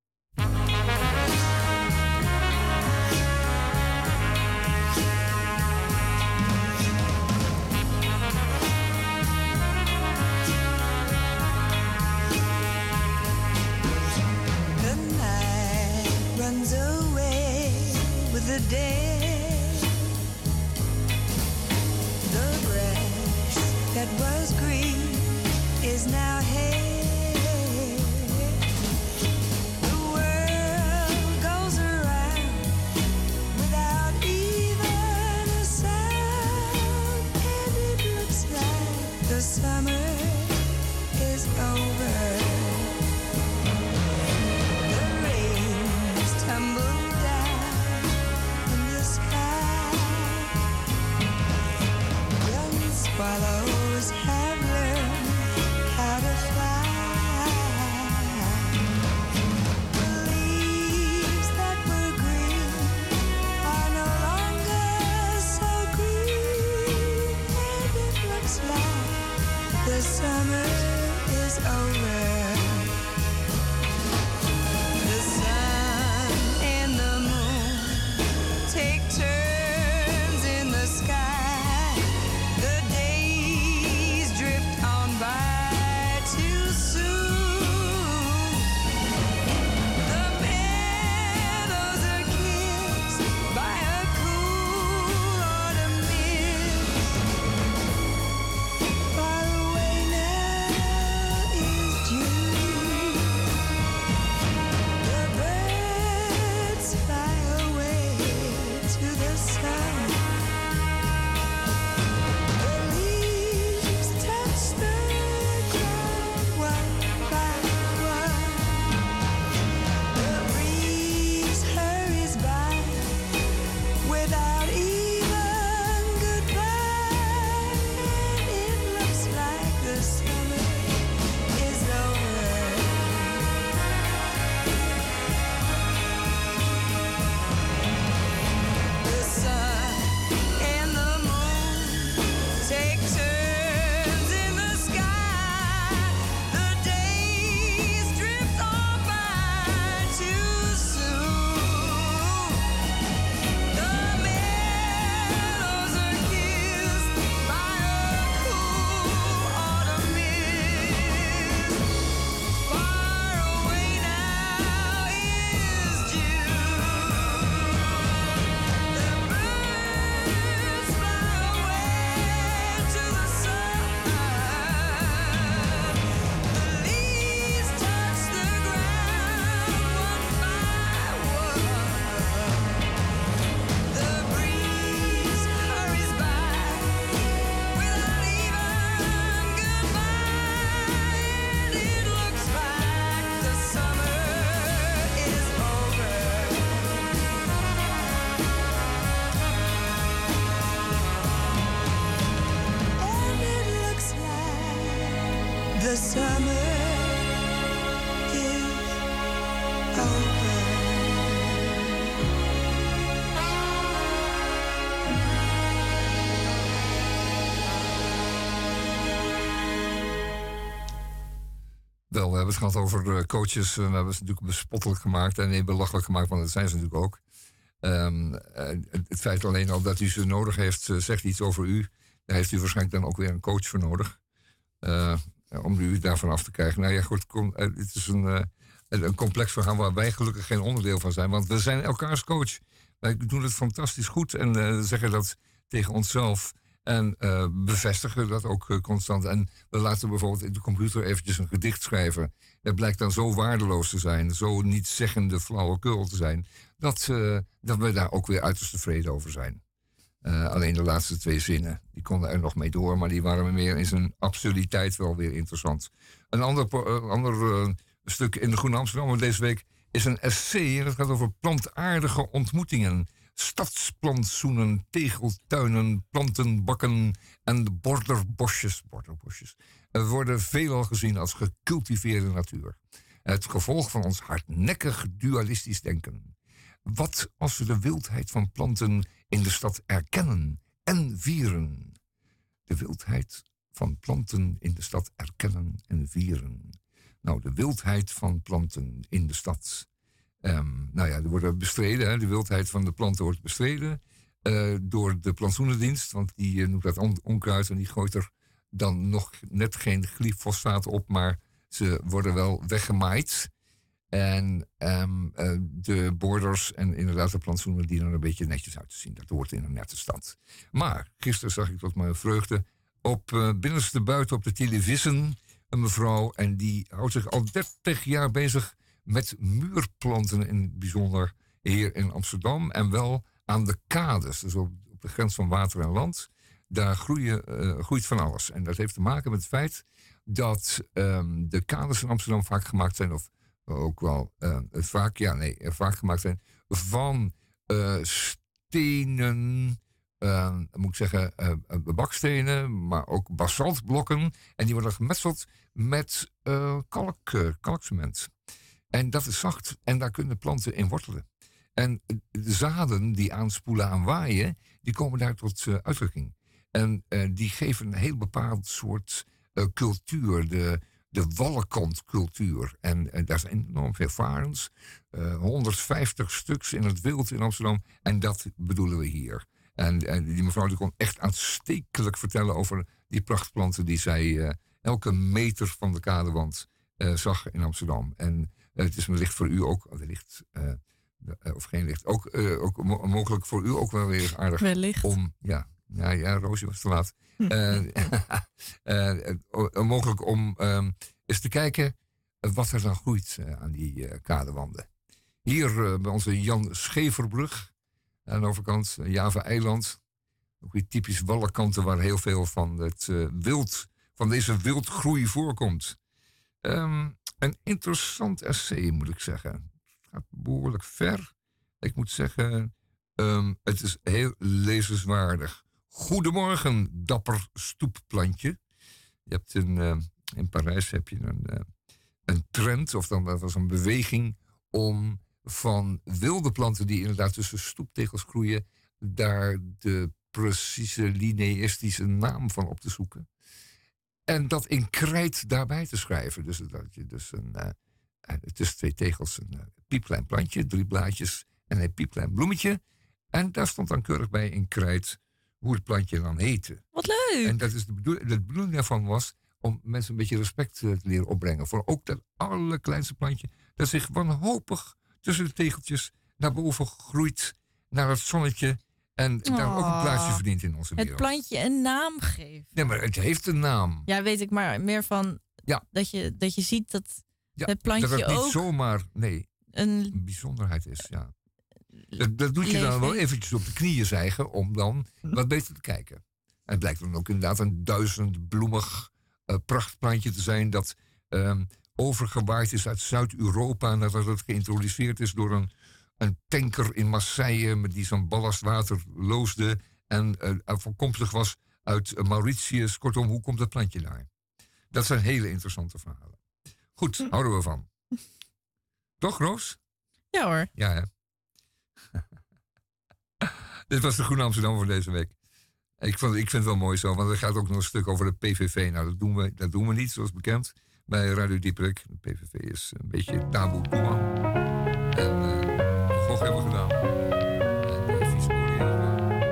Runs away with the day. The grass that was green is now hay. The world goes around without even a sound, and it looks like the summer is over. Tumble down in the sky. Young swallows have learned how to fly. The leaves that were green are no longer so green, and it looks like the summer is over. Take turns in the sky. The days drift on by too soon. The meadows are kissed by a cool autumn mist. Far away now is June. take turns in the sky. The days drift on by too soon. The meadows are kissed by a cool autumn mist. Far away now is June. The birds fly away to the sun. The leaves touch the ground one by one. The breeze hurries by without even goodbye, and it looks like the summer is over. And it looks like the summer is over.
Wel, we hebben het gehad over coaches. We hebben ze natuurlijk bespottelijk gemaakt en belachelijk gemaakt, want dat zijn ze natuurlijk ook. Het feit alleen al dat u ze nodig heeft, zegt iets over u. Daar heeft u waarschijnlijk dan ook weer een coach voor nodig. Om u daarvan af te krijgen. Nou ja, goed, het is een complex verhaal waar wij gelukkig geen onderdeel van zijn. Want we zijn elkaars coach. Wij doen het fantastisch goed en zeggen dat tegen onszelf. En bevestigen dat ook constant. En we laten bijvoorbeeld in de computer eventjes een gedicht schrijven. Dat blijkt dan zo waardeloos te zijn, zo nietszeggende flauwekul te zijn, dat we daar ook weer uiterst tevreden over zijn. Alleen de laatste 2 zinnen, die konden er nog mee door, maar die waren meer in zijn absurditeit wel weer interessant. Een ander stuk in de Groene Amsterdammer deze week is een essay en dat gaat over plantaardige ontmoetingen. Stadsplantsoenen, tegeltuinen, plantenbakken en de borderbosjes worden veelal gezien als gecultiveerde natuur. Het gevolg van ons hardnekkig dualistisch denken. Wat als we de wildheid van planten in de stad erkennen en vieren? De wildheid van planten in de stad erkennen en vieren. Nou, de wildheid van planten in de stad. Nou ja, er worden bestreden. Hè. De wildheid van de planten wordt bestreden door de plantsoenendienst. Want die noemt dat onkruid en die gooit er dan nog net geen glyfosaat op, maar ze worden wel weggemaaid. En de borders en inderdaad de plantsoenen die er een beetje netjes uit te zien. Dat hoort in een nette stad. Maar gisteren zag ik tot mijn vreugde op binnenste buiten op de televisie een mevrouw. En die houdt zich al 30 jaar bezig met muurplanten in het bijzonder hier in Amsterdam. En wel aan de kades, dus op de grens van water en land. Daar groeit van alles. En dat heeft te maken met het feit dat de kades in Amsterdam vaak gemaakt zijn, of ook wel vaak gemaakt zijn van stenen, moet ik zeggen, bakstenen, maar ook basaltblokken. En die worden gemetseld met kalkcement. En dat is zacht en daar kunnen planten in wortelen. En de zaden die aanspoelen aan waaien, die komen daar tot uitdrukking. En die geven een heel bepaald soort cultuur, de wallenkantcultuur. En daar zijn enorm veel varens, 150 stuks in het wild in Amsterdam. En dat bedoelen we hier. En die mevrouw die kon echt aanstekelijk vertellen over die prachtplanten die zij elke meter van de kadewand zag in Amsterdam. En het is wellicht voor u ook, wellicht, of geen licht, ook mogelijk voor u ook wel weer aardig
wellicht.
Om, ja, Roosje was te laat. Mogelijk om eens te kijken wat er dan groeit aan die kadewanden. Hier bij onze Jan Scheverbrug, aan de overkant, Java-eiland. Ook weer typisch wallenkanten waar heel veel van het van deze wildgroei voorkomt. Een interessant essay, moet ik zeggen. Het gaat behoorlijk ver. Ik moet zeggen, het is heel lezenswaardig. Goedemorgen, dapper stoepplantje. Je hebt in Parijs heb je een trend, of dan dat was een beweging om van wilde planten die inderdaad tussen stoeptegels groeien, daar de precieze lineïstische naam van op te zoeken. En dat in krijt daarbij te schrijven. Dus dat je dus tussen 2 tegels een piepklein plantje, 3 blaadjes en een piepklein bloemetje. En daar stond dan keurig bij in krijt hoe het plantje dan heette.
Wat leuk!
En dat is de bedoeling daarvan was om mensen een beetje respect te leren opbrengen. Voor ook dat allerkleinste plantje dat zich wanhopig tussen de tegeltjes naar boven groeit, naar het zonnetje. En daar ook een plaatsje verdient in onze wereld.
Het plantje een naam geeft.
Nee, maar het heeft een naam.
Ja, weet ik, maar meer van dat je ziet dat het plantje
dat het niet
ook
zomaar een bijzonderheid is. Ja. Dat doet je dan wel eventjes op de knieën zijgen om dan wat beter te kijken. En het blijkt dan ook inderdaad een 1000-bloemig prachtplantje te zijn dat overgewaaid is uit Zuid-Europa nadat het geïntroduceerd is door een tanker in Marseille die zo'n ballastwater loosde en afkomstig was uit Mauritius. Kortom, hoe komt dat plantje daar? Dat zijn hele interessante verhalen. Goed, houden we van. Toch, Roos?
Ja hoor.
Ja, hè? Dit was de Groene Amsterdam voor deze week. Ik vind het wel mooi zo, want er gaat ook nog een stuk over de PVV. Nou, dat doen we niet, zoals bekend, bij Radio Dieprik. De PVV is een beetje taboe toeman. En toch hebben we gedaan. En vies olie gedaan.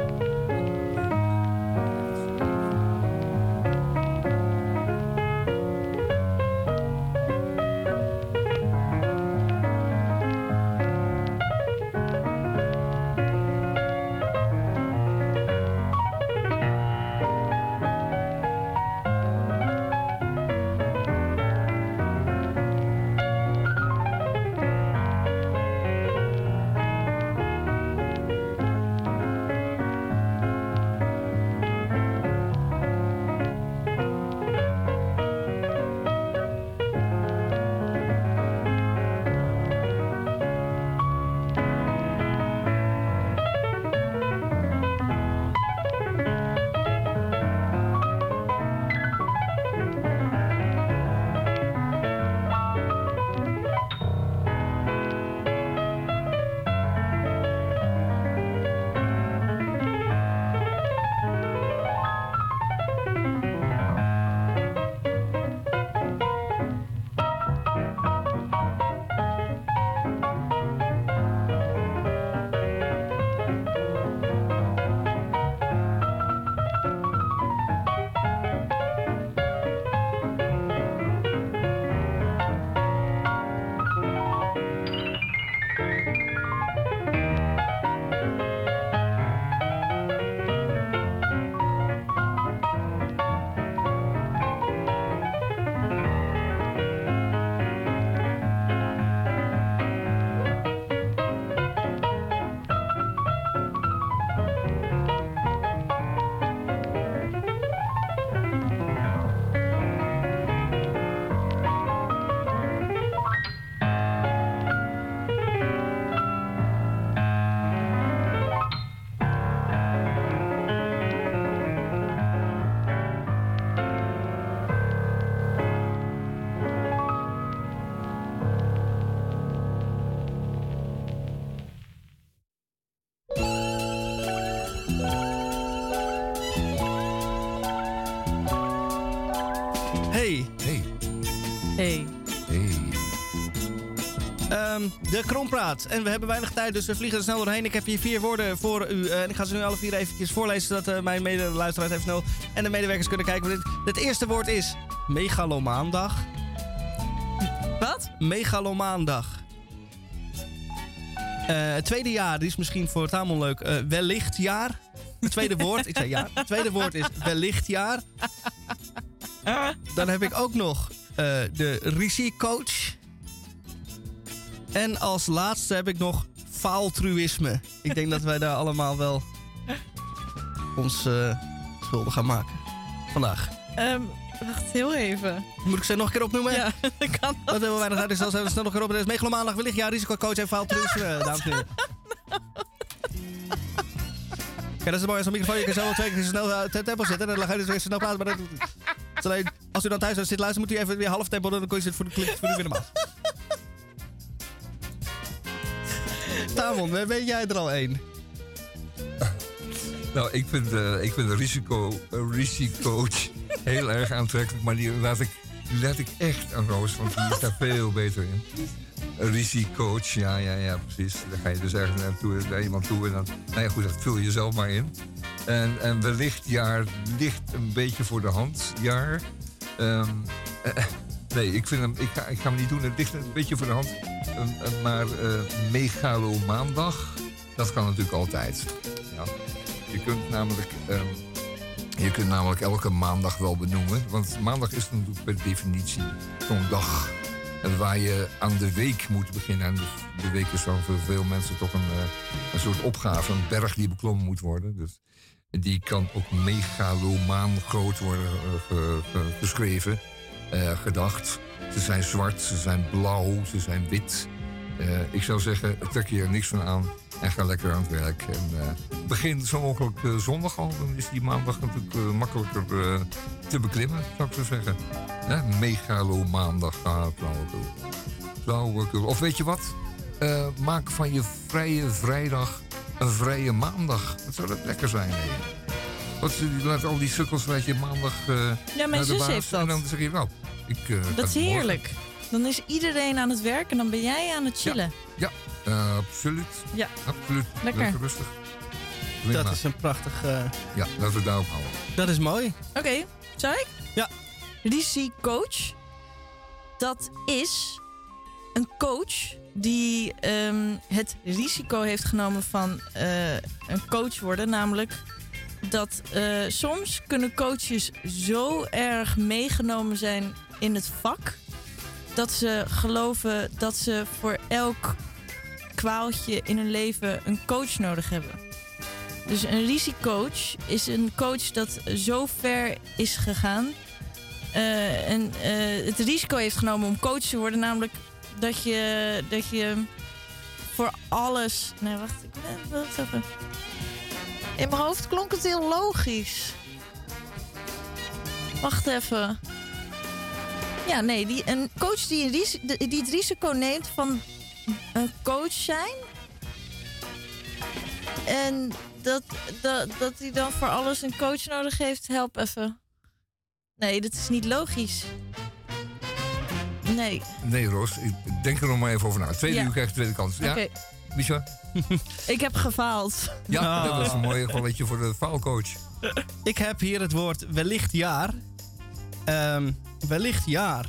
De Krompraat. En we hebben weinig tijd, dus we vliegen er snel doorheen. Ik heb hier 4 woorden voor u. En ik ga ze nu alle 4 eventjes voorlezen, zodat mijn medeluisteraars even snel en de medewerkers kunnen kijken. Het eerste woord is megalomaandag.
Wat?
Megalomaandag. Het tweede jaar, die is misschien voor Tamon leuk. Wellichtjaar. Het tweede woord, ik zei ja. Het tweede woord is wellichtjaar. Dan heb ik ook nog de risiecoach. En als laatste heb ik nog faaltruïsme. Ik denk dat wij daar allemaal wel ons schuldig gaan maken. Vandaag.
Wacht, heel even.
Moet ik ze nog een keer opnoemen?
Ja, dat kan.
Dat hebben we weinig uit, dus dan zijn we snel nog een keer op. Het is megalomaandag, wellichtjaar, risicocoach en faaltruïsme, dames en heren. Ja, dat is mooi als een microfoon. Je kan zo wel 2 keer snel tempo zetten. Dan ga je dus weer snel praten. Maar dat is alleen, als u dan thuis zit luisteren, moet u even weer half tempo doen. Dan kun je het voor de klik voor u weer normaal. Tamon, weet jij er al 1?
Nou, ik vind de risicocoach heel erg aantrekkelijk, maar die laat ik echt aan Roos, want die is daar veel beter in. Een risicocoach, ja, precies. Dan ga je dus ergens naar iemand toe en dan... Nou ja, goed, dat vul je zelf maar in. En wellicht jaar ligt een beetje voor de hand, jaar. Nee, ik ga hem niet doen. Het ligt een beetje voor de hand. Maar megalomaandag, dat kan natuurlijk altijd. Ja. Je kunt namelijk elke maandag wel benoemen. Want maandag is natuurlijk per definitie zo'n dag waar je aan de week moet beginnen. En de week is dan voor veel mensen toch een soort opgave, een berg die beklommen moet worden. Dus die kan ook megalomaan groot worden geschreven, gedacht. Ze zijn zwart, ze zijn blauw, ze zijn wit. Ik zou zeggen, trek je er niks van aan en ga lekker aan het werk. En begin zo mogelijk zondag al, dan is die maandag natuurlijk makkelijker te beklimmen, zou ik zo zeggen. Megalomaandag, flauwekul. Of weet je wat? Maak van je vrije vrijdag een vrije maandag. Dat zou dat lekker zijn, hè? Want je laat al die sukkels laat je maandag
Ja, mijn zus heeft dat.
En dan zeg je, nou,
dat is heerlijk. Dan is iedereen aan het werk en dan ben jij aan het chillen.
Ja, absoluut.
Ja,
absoluut.
Lekker
rustig.
Dat is een prachtig...
Ja, laten we daarop houden.
Dat is mooi.
Oké, zou ik?
Ja.
Risicocoach. Dat is een coach die het risico heeft genomen van een coach worden. Namelijk dat soms kunnen coaches zo erg meegenomen zijn in het vak dat ze geloven dat ze voor elk kwaaltje in hun leven een coach nodig hebben. Dus een risicocoach is een coach dat zo ver is gegaan en het risico heeft genomen om coach te worden, namelijk dat je voor alles... Nee, wacht, wacht even. In mijn hoofd klonk het heel logisch. Wacht even. Ja, nee, een coach die het risico neemt van een coach zijn. En dat hij dan voor alles een coach nodig heeft. Help even. Nee, dat is niet logisch. Nee.
Nee, Roos, ik denk er nog maar even over na. Tweede uur krijgt de tweede kans. Ja,
okay.
Misha?
Ik heb gefaald.
Ja, dat was een mooi gevalletje voor de faalcoach.
Ik heb hier het woord wellicht jaar. Wellicht jaar.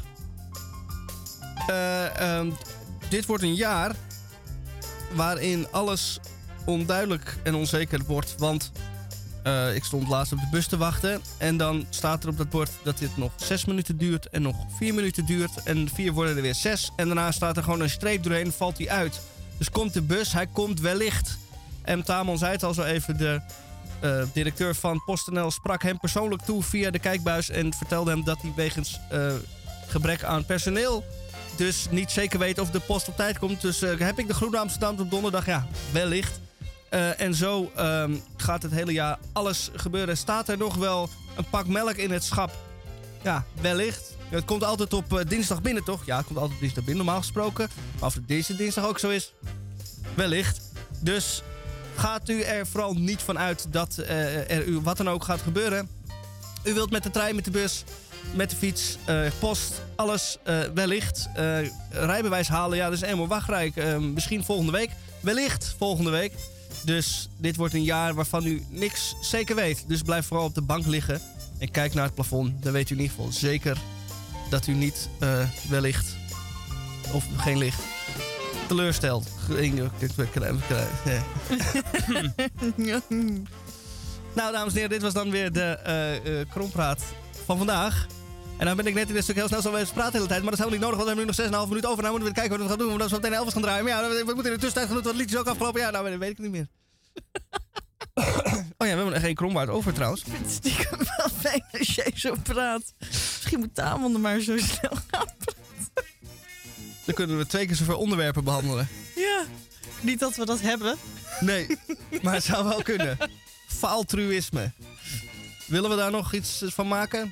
Dit wordt een jaar waarin alles onduidelijk en onzeker wordt. Want ik stond laatst op de bus te wachten. En dan staat er op dat bord dat dit nog 6 minuten duurt en nog 4 minuten duurt. En 4 worden er weer 6. En daarna staat er gewoon een streep doorheen, valt hij uit. Dus komt de bus, hij komt wellicht. En Tamon zei het al zo even, de directeur van PostNL sprak hem persoonlijk toe via de kijkbuis en vertelde hem dat hij wegens gebrek aan personeel dus niet zeker weet of de post op tijd komt. Dus heb ik de Groene Amsterdam op donderdag? Ja, wellicht. En zo gaat het hele jaar alles gebeuren. Staat er nog wel een pak melk in het schap? Ja, wellicht. Het komt altijd op dinsdag binnen, toch? Ja, het komt altijd op dinsdag binnen, normaal gesproken. Maar of het deze dinsdag ook zo is? Wellicht. Dus gaat u er vooral niet van uit dat er u wat dan ook gaat gebeuren. U wilt met de trein, met de bus, met de fiets, post, alles wellicht. Rijbewijs halen, ja, dat is helemaal wachtrijk. Misschien volgende week. Wellicht volgende week. Dus dit wordt een jaar waarvan u niks zeker weet. Dus blijf vooral op de bank liggen en kijk naar het plafond. Dan weet u in ieder geval zeker dat u niet wellicht of geen licht teleurstelt. Nou, dames en heren, dit was dan weer de Krompraat van vandaag. En dan ben ik net in een stuk heel snel zo even praten de hele tijd. Maar dat is helemaal niet nodig, want we hebben nu nog 6,5 minuten over. Nou moeten we kijken wat we gaan doen, omdat we zo meteen Elvis gaan draaien. Maar ja, we moeten in de tussentijd genoeg wat liedjes ook afgelopen. Ja, nou weet ik het niet meer. Oh ja, we hebben geen kromwaard over trouwens.
Ik vind het stiekem wel fijn als jij zo praat. Misschien moet Tamon er maar zo snel gaan praten.
Dan kunnen we 2 keer zoveel onderwerpen behandelen.
Ja, niet dat we dat hebben.
Nee, maar het zou wel kunnen. Faaltruïsme. Willen we daar nog iets van maken?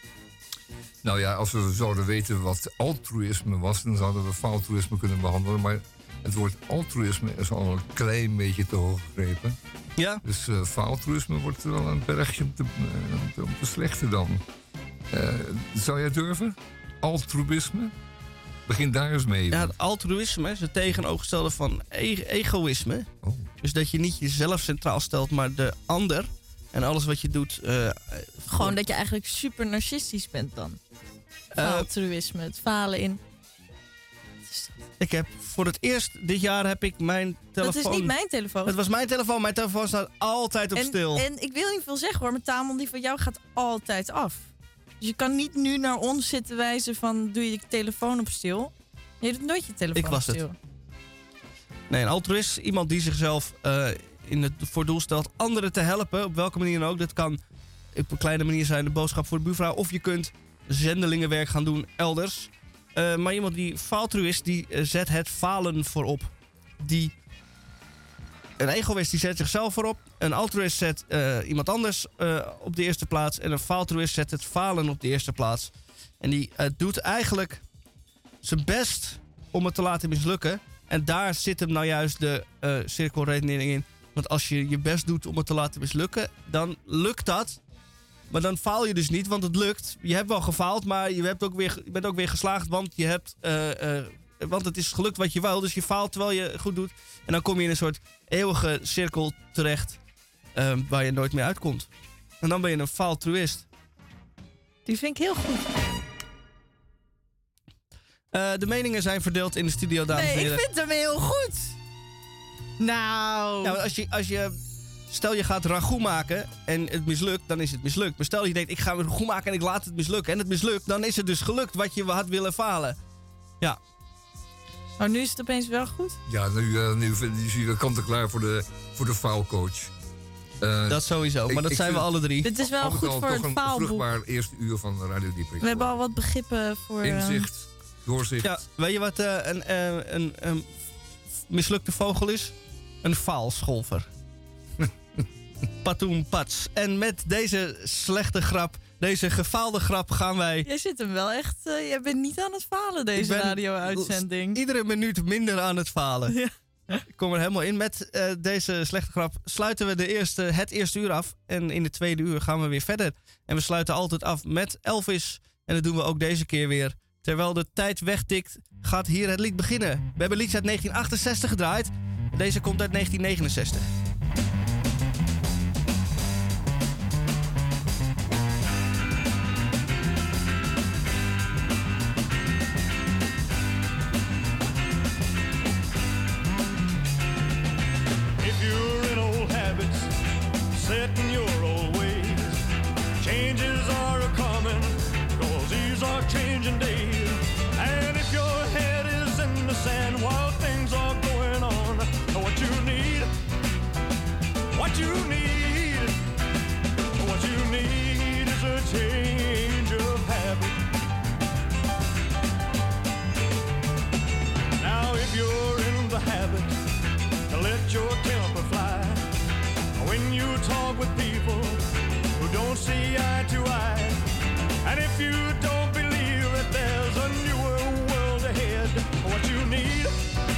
Nou ja, als we zouden weten wat altruïsme was, dan zouden we faaltruïsme kunnen behandelen. Maar Het woord altruïsme is al een klein beetje te hoog gegrepen.
Ja?
Dus faaltruïsme wordt wel een bergje om te slechten dan. Zou jij durven? Altruïsme? Begin daar eens mee.
Ja, het altruïsme is het tegenovergestelde van egoïsme.
Oh.
Dus dat je niet jezelf centraal stelt, maar de ander. En alles wat je doet...
Gewoon dat je eigenlijk super narcistisch bent dan. Altruïsme, het falen in...
Ik heb voor het eerst dit jaar heb ik mijn telefoon...
Dat is niet mijn telefoon.
Het was mijn telefoon. Mijn telefoon staat altijd op stil.
En ik wil niet veel zeggen hoor, maar Tamon, die van jou gaat altijd af. Dus je kan niet nu naar ons zitten wijzen van doe je telefoon op stil. Je doet nooit je telefoon
Ik was
op stil.
het. Nee, een altruïst is iemand die zichzelf voor doel stelt anderen te helpen. Op welke manier dan ook. Dat kan op een kleine manier zijn de boodschap voor de buurvrouw. Of je kunt zendelingenwerk gaan doen elders. Maar iemand die faaltruïst, die zet het falen voorop. Een egoïst die zet zichzelf voorop. Een altruïst zet iemand anders op de eerste plaats. En een faaltruïst zet het falen op de eerste plaats. En die doet eigenlijk zijn best om het te laten mislukken. En daar zit hem nou juist de cirkelredenering in. Want als je je best doet om het te laten mislukken, dan lukt dat. Maar dan faal je dus niet, want het lukt. Je hebt wel gefaald, maar je bent ook weer geslaagd. Want het is gelukt wat je wou. Dus je faalt terwijl je het goed doet. En dan kom je in een soort eeuwige cirkel terecht. Waar je nooit meer uitkomt. En dan ben je een faaltruïst.
Die vind ik heel goed.
De meningen zijn verdeeld in de studio, dames en heren.
Nee, ik vind hem heel goed. Nou.
Ja, als je stel je gaat ragout maken en het mislukt, dan is het mislukt. Maar stel je denkt, ik ga een ragout maken en ik laat het mislukken. En het mislukt, dan is het dus gelukt wat je had willen falen. Ja.
Oh, nu is het opeens wel goed?
Ja, nu is hij kant en klaar voor de faalcoach.
Dat sowieso, maar dat zijn we alle drie.
Dit is wel goed voor het faalboek.
Een vruchtbaar eerste uur van Radio Dieprik.
We hebben al wat begrippen voor...
Inzicht, doorzicht.
Ja, weet je wat een mislukte vogel is? Een faalscholver. Patoen pats. En met deze slechte grap, deze gefaalde grap gaan wij...
Jij zit hem wel echt... jij bent niet aan het falen, deze radio-uitzending.
Iedere minuut minder aan het falen.
Ja.
Ik kom er helemaal in. Met deze slechte grap sluiten we het eerste uur af. En in de tweede uur gaan we weer verder. En we sluiten altijd af met Elvis. En dat doen we ook deze keer weer. Terwijl de tijd wegtikt, gaat hier het lied beginnen. We hebben liedjes uit 1968 gedraaid. Deze komt uit 1969.
Set in your old ways. Changes are a-coming, 'cause these are changing days. And if your head is in the sand while things are going on, what you need is a change of habit. Now if you're in the habit to let your temper fly, when you talk with people who don't see eye to eye, and if you don't believe that there's a newer world ahead, what you need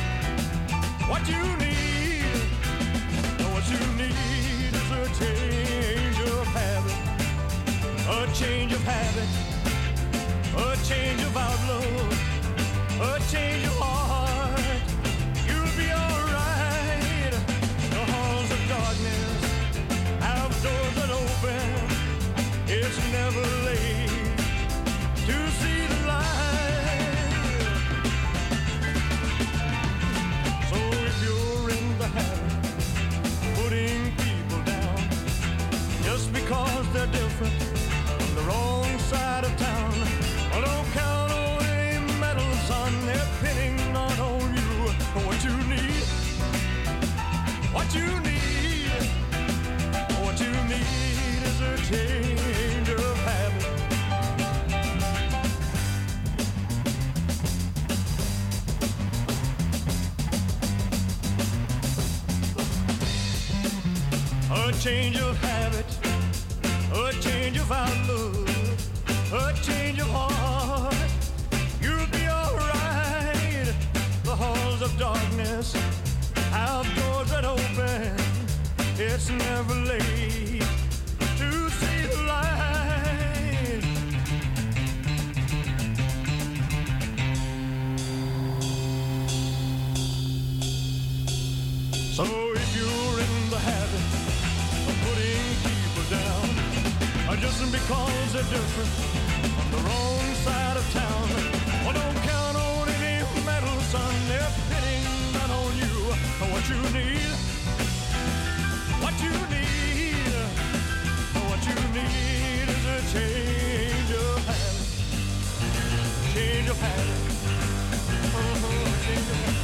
is a change of habit, a change of habit, a change of outlook, a change of heart. You'll be alright. The halls of darkness have doors that open. It's never late to see the light. So if you're in the habit of putting people down just because they're different from the wrong side of town, well, don't count on any medals, son. They're pinning not on you. What you need is a change of habit. A change of habit, a change of outlook, a change of heart. You'll be alright. The halls of darkness it's never late to see the light. So if you're in the habit of putting people down, just because they're different on the wrong side of town, well, don't count on any medal, son. They're pitting down on you. What you need, what you need, what you need is a change of habit. Change of habit. Change of habit.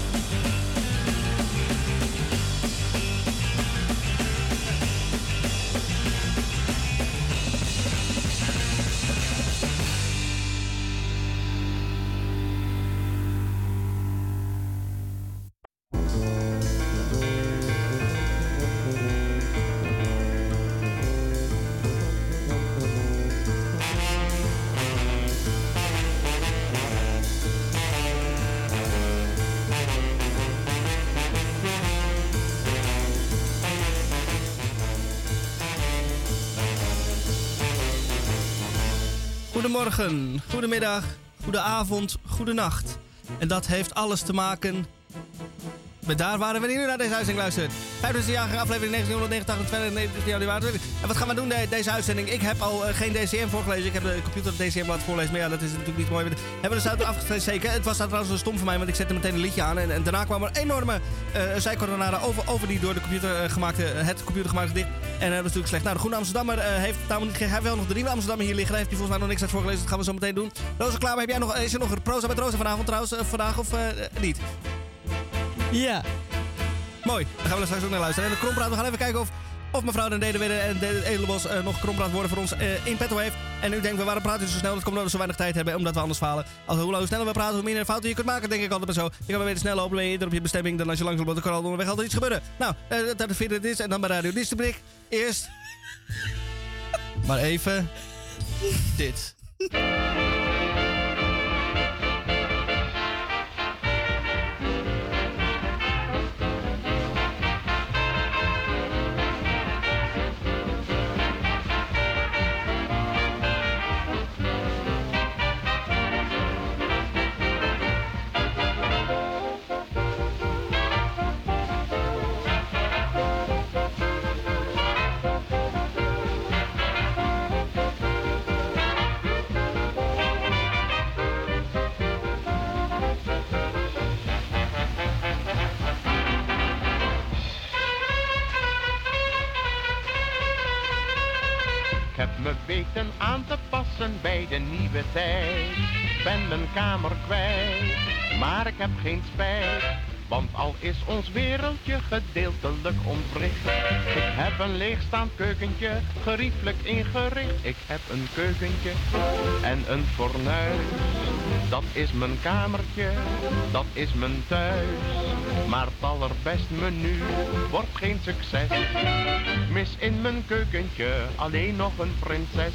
Goedemorgen, goedemiddag, goedenavond, goedenacht. En dat heeft alles te maken met daar waren we nu naar deze uitzending luistert. 5e jaargang, aflevering 1989, 22 januari. En wat gaan we doen deze uitzending? Ik heb al geen DCM voorgelezen. Ik heb de computer de DCM laten voorlezen. Maar ja, dat is natuurlijk niet mooi. Hebben we de stuiter afgestreed zeker. Het was trouwens zo stom voor mij, want ik zette meteen een liedje aan. En daarna kwam er enorme zijcoördinaten over die door de computer gemaakte gedicht. En dat was natuurlijk slecht. Nou, de Groene Amsterdammer heeft wel nog de Nieuwe Amsterdammer hier liggen. Daar heeft hij volgens mij nog niks uit voorgelezen. Dat gaan we zo meteen doen. Rosa Klamer, is er nog een proza met Rosa vanavond trouwens? Vandaag of niet?
Ja.
Mooi, daar gaan we straks ook naar luisteren. En de Krompraat, we gaan even kijken of mevrouw Den Dedewedde en de Edelenbos nog Krompraat worden voor ons in petto heeft. En u denkt, waarom praten we zo snel? Dat komt omdat we zo weinig tijd hebben, omdat we anders falen. Hoe sneller we praten, hoe minder fouten je kunt maken, denk ik altijd maar zo. Je kan maar beter snel lopen, ben je eerder op je bestemming dan als je langzaam loopt. Dan kan al onderweg altijd iets gebeuren. Nou, dat vinden we dit en dan bij Radio Diesterblik. Eerst maar even dit.
Me weten aan te passen bij de nieuwe tijd. Ben mijn kamer kwijt, maar ik heb geen spijt. Want al is ons wereldje gedeeltelijk ontwricht. Ik heb een leegstaand keukentje, geriefelijk ingericht. Ik heb een keukentje en een fornuis. Dat is mijn kamertje, dat is mijn thuis. Maar het allerbest menu wordt geen succes. Mis in mijn keukentje alleen nog een prinses.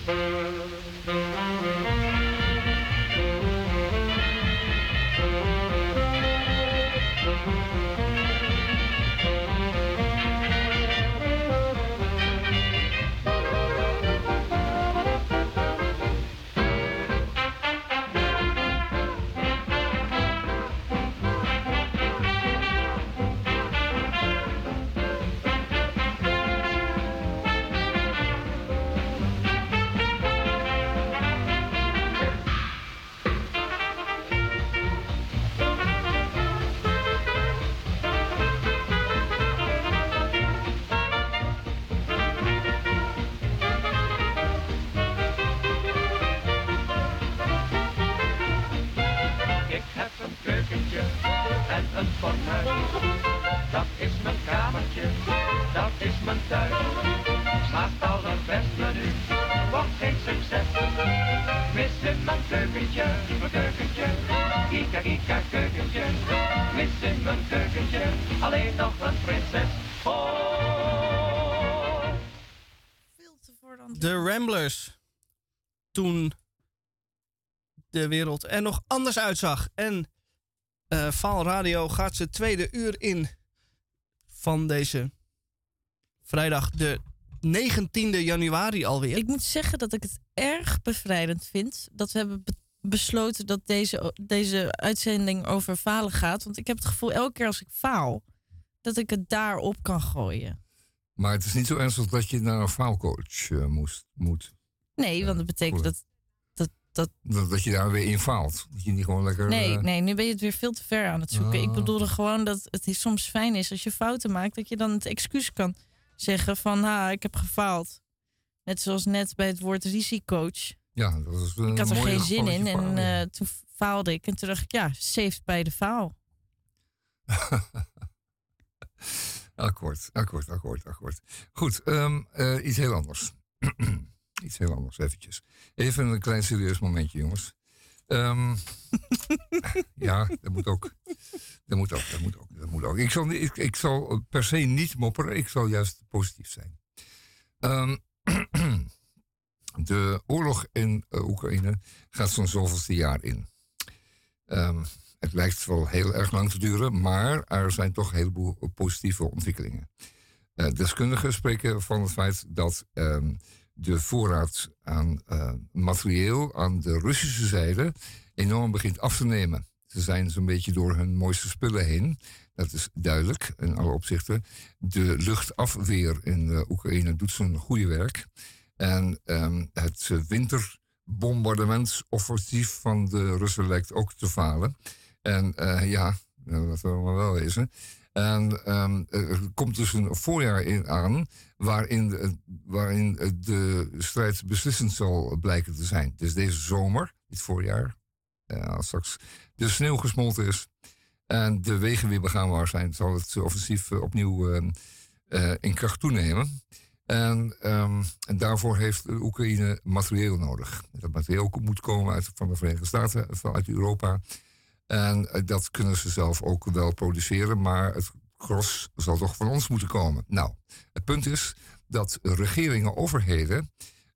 Dat is mijn kamertje, dat is mijn thuis. Smaakt allerbest menu, wordt geen succes. Mis in mijn keukentje, kika kika keukentje. Mis in mijn keukentje, alleen nog een prinses. Oh.
De Ramblers. Toen de wereld er nog anders uitzag. En Faal Radio gaat zijn tweede uur in van deze vrijdag de 19e januari alweer.
Ik moet zeggen dat ik het erg bevrijdend vind dat we hebben besloten dat deze uitzending over falen gaat. Want ik heb het gevoel elke keer als ik faal, dat ik het daarop kan gooien.
Maar het is niet zo ernstig dat je naar een faalcoach moet.
Nee, want dat betekent
dat je daar weer in faalt. Dat je niet gewoon lekker...
Nee, nu ben je het weer veel te ver aan het zoeken. Ik bedoelde gewoon dat het soms fijn is als je fouten maakt, dat je dan het excuus kan zeggen van, ik heb gefaald. Net zoals net bij het woord risicoach.
Ja, dat is
ik had er geen zin in en toen faalde ik. En toen dacht ik, saved bij de faal.
Akkoord. Goed, iets heel anders. Iets heel anders, eventjes. Even een klein serieus momentje, jongens. Ja, dat moet ook. Ik zal per se niet mopperen, ik zal juist positief zijn. De oorlog in Oekraïne gaat zo'n zoveelste jaar in. Het lijkt wel heel erg lang te duren, maar er zijn toch een heleboel positieve ontwikkelingen. Deskundigen spreken van het feit dat de voorraad aan materieel aan de Russische zijde enorm begint af te nemen. Ze zijn zo'n beetje door hun mooiste spullen heen. Dat is duidelijk in alle opzichten. De luchtafweer in Oekraïne doet zijn goede werk. En het winterbombardementsoffensief van de Russen lijkt ook te falen. En dat wil maar wel wezen. En er komt dus een voorjaar aan waarin de strijd beslissend zal blijken te zijn. Dus deze zomer, dit voorjaar, als straks de sneeuw gesmolten is en de wegen weer begaanbaar zijn, zal het offensief opnieuw in kracht toenemen. En daarvoor heeft Oekraïne materieel nodig. Dat materieel moet komen van de Verenigde Staten, vanuit Europa. En dat kunnen ze zelf ook wel produceren, maar het gros zal toch van ons moeten komen. Nou, het punt is dat regeringen, overheden,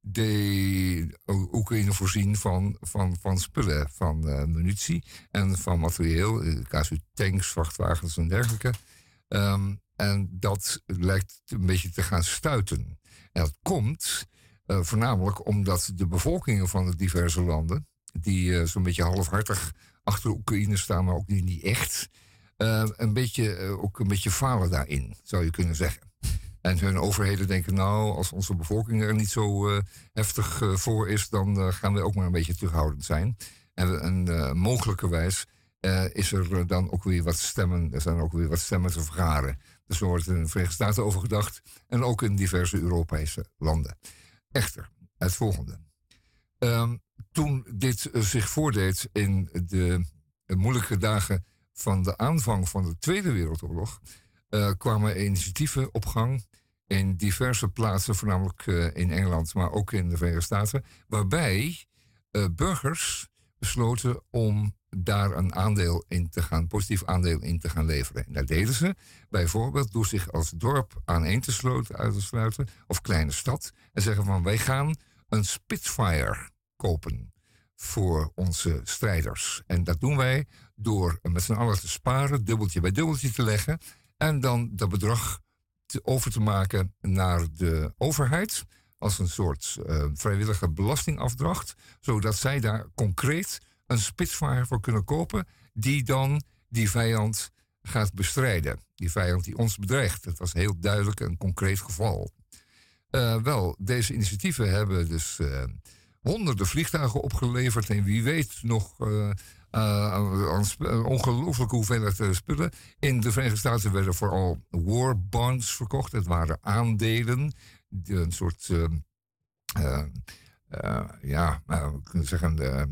de Oekraïne voorzien van spullen, van munitie en van materieel, casu tanks, vrachtwagens en dergelijke. En dat lijkt een beetje te gaan stuiten. En dat komt voornamelijk omdat de bevolkingen van de diverse landen, die zo'n beetje halfhartig achter Oekraïne staan, maar ook niet echt, een beetje falen daarin, zou je kunnen zeggen. En hun overheden denken, nou, als onze bevolking er niet zo heftig voor is, dan gaan we ook maar een beetje terughoudend zijn. En mogelijkerwijs is er dan ook weer wat stemmen, er zijn ook weer wat stemmen te vergaren. Dus er wordt in de Verenigde Staten over gedacht en ook in diverse Europese landen. Echter, het volgende. Toen dit zich voordeed in de moeilijke dagen van de aanvang van de Tweede Wereldoorlog, kwamen initiatieven op gang in diverse plaatsen, voornamelijk in Engeland, maar ook in de Verenigde Staten, waarbij burgers besloten om daar een positief aandeel in te gaan leveren. En dat deden ze bijvoorbeeld door zich als dorp uit te sluiten, of kleine stad, en zeggen van, wij gaan een Spitfire kopen voor onze strijders. En dat doen wij door met z'n allen te sparen, dubbeltje bij dubbeltje te leggen, en dan dat bedrag over te maken naar de overheid als een soort vrijwillige belastingafdracht, zodat zij daar concreet een Spitfire voor kunnen kopen, die dan die vijand gaat bestrijden. Die vijand die ons bedreigt. Dat was heel duidelijk een concreet geval. Deze initiatieven hebben dus honderden vliegtuigen opgeleverd en wie weet nog een ongelooflijke hoeveelheid spullen. In de Verenigde Staten werden vooral war bonds verkocht. Het waren aandelen, een soort we kunnen zeggen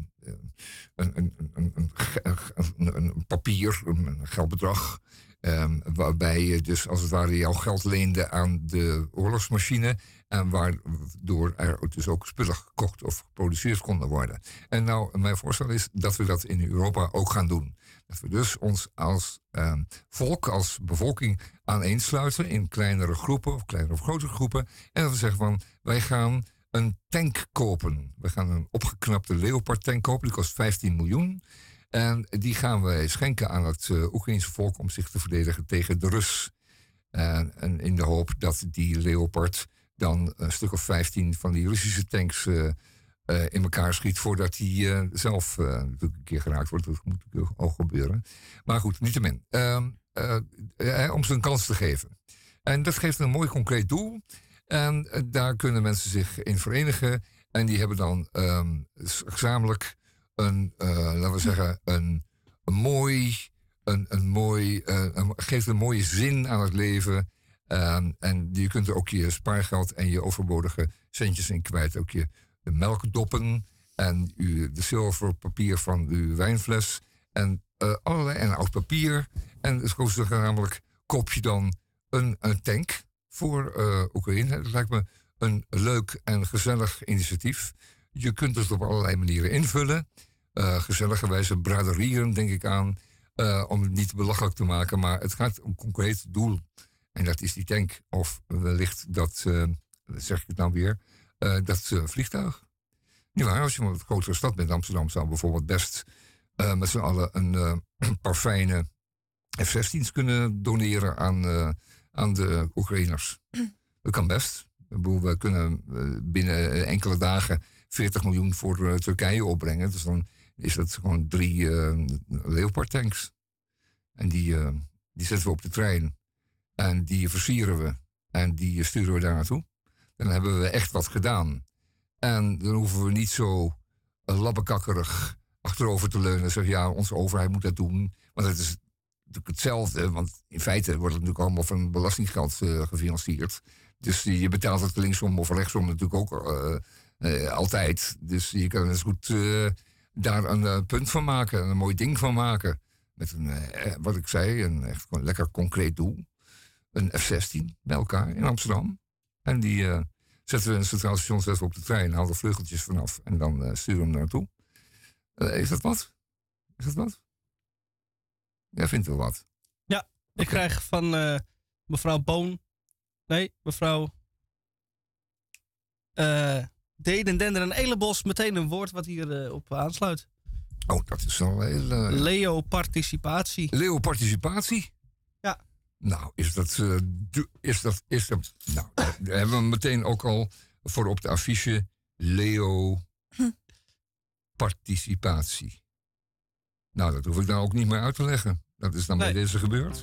een papier, een geldbedrag, waarbij je dus als het ware jouw geld leende aan de oorlogsmachine en waardoor er dus ook spullen gekocht of geproduceerd konden worden. En nou, mijn voorstel is dat we dat in Europa ook gaan doen. Dat we dus ons als volk, als bevolking aaneensluiten in kleinere groepen of kleinere of grotere groepen. En dat we zeggen van, wij gaan een tank kopen. We gaan een opgeknapte Leopard tank kopen, die kost 15 miljoen. En die gaan wij schenken aan het Oekraïense volk om zich te verdedigen tegen de Rus. En in de hoop dat die Leopard dan een stuk of 15 van die Russische tanks in elkaar schiet voordat hij zelf natuurlijk een keer geraakt wordt. Dat moet natuurlijk ook gebeuren. Maar goed, niettemin. Om ze een kans te geven. En dat geeft een mooi concreet doel. En daar kunnen mensen zich in verenigen. En die hebben dan gezamenlijk laten we zeggen, geeft een mooie zin aan het leven. En je kunt er ook je spaargeld en je overbodige centjes in kwijt. Ook je de melkdoppen en de zilverpapier van uw wijnfles. En allerlei en oud papier. En dus namelijk koop je dan een tank voor Oekraïne. Dat lijkt me een leuk en gezellig initiatief. Je kunt het op allerlei manieren invullen. Gezellige wijze braderieren, denk ik aan. Om het niet belachelijk te maken. Maar het gaat om een concreet doel. En dat is die tank. Of wellicht dat, zeg ik het nou weer, dat vliegtuig. Niet waar, als je een grotere stad bent, Amsterdam, zou bijvoorbeeld best met z'n allen een paar fijne F-16's kunnen doneren aan de Oekraïners. Dat kan best. We kunnen binnen enkele dagen 40 miljoen voor Turkije opbrengen. Dus dan is dat gewoon 3 Leopard tanks. En die zetten we op de trein. En die versieren we. En die sturen we daar naartoe. En dan hebben we echt wat gedaan. En dan hoeven we niet zo labbekakkerig achterover te leunen. En zeggen, ja, onze overheid moet dat doen. Want het is natuurlijk hetzelfde. Want in feite wordt het natuurlijk allemaal van belastinggeld gefinancierd. Dus je betaalt het linksom of rechtsom natuurlijk ook altijd. Dus je kan er eens goed daar een punt van maken. Een mooi ding van maken. Met wat ik zei, een echt gewoon lekker concreet doel. Een F-16 bij elkaar in Amsterdam. En die zetten we in het Centraal Station, zetten we op de trein, halen de vleugeltjes vanaf en dan sturen we hem naartoe. Is dat wat? Is dat wat? Jij vindt wel wat.
Ja, ik krijg van mevrouw Boon. Nee, mevrouw Deden Dender en Elenbos meteen een woord wat hier op aansluit.
Oh, dat is wel heel...
Leo-participatie.
Leo-participatie?
Ja.
Nou, is dat... Nou, daar hebben we meteen ook al voor op de affiche Leo-participatie. Nou, dat hoef ik nou ook niet meer uit te leggen. Dat is dan bij deze gebeurd.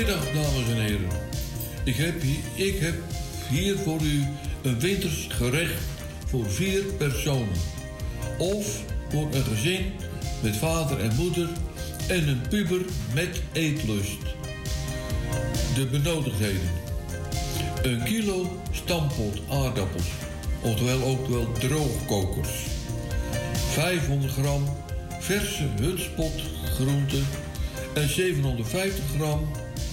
Goedemiddag, dames en heren. Ik heb hier voor u een winters gerecht voor 4 personen. Of voor een gezin met vader en moeder en een puber met eetlust. De benodigdheden. 1 kilo stampot aardappels, oftewel ook wel droogkokers. 500 gram verse hutspot groenten en 750 gram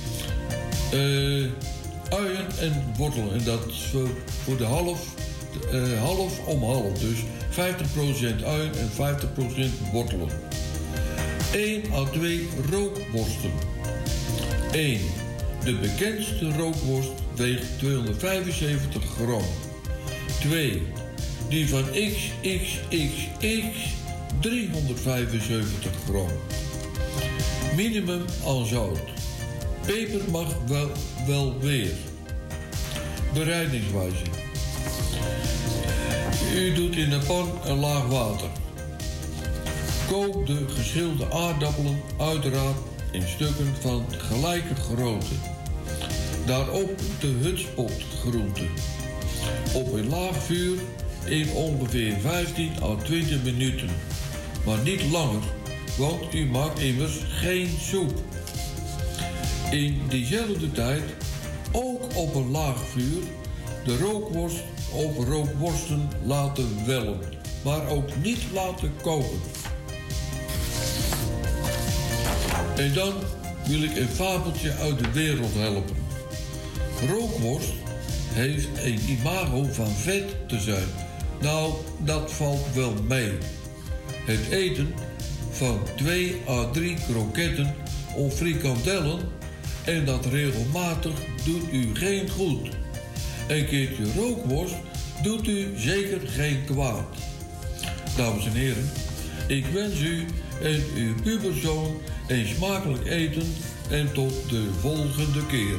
uien en wortelen. En dat is voor de half om half. Dus 50% uien en 50% wortelen. 1 à 2 rookworsten. 1. De bekendste rookworst weegt 275 gram. 2. Die van XXXX 375 gram. Minimum aan zout. Peper mag wel weer. Bereidingswijze. U doet in een pan een laag water. Kook de geschilde aardappelen uiteraard in stukken van gelijke grootte. Daarop de hutspotgroenten. Op een laag vuur in ongeveer 15 à 20 minuten. Maar niet langer, want u maakt immers geen soep. In diezelfde tijd, ook op een laag vuur, de rookworst of rookworsten laten wellen, maar ook niet laten koken. En dan wil ik een fabeltje uit de wereld helpen. Rookworst heeft een imago van vet te zijn. Nou, dat valt wel mee. Het eten van 2 à 3 kroketten of frikandellen en dat regelmatig doet u geen goed. Een keertje rookworst doet u zeker geen kwaad. Dames en heren, ik wens u en uw puberzoon een smakelijk eten en tot de volgende keer.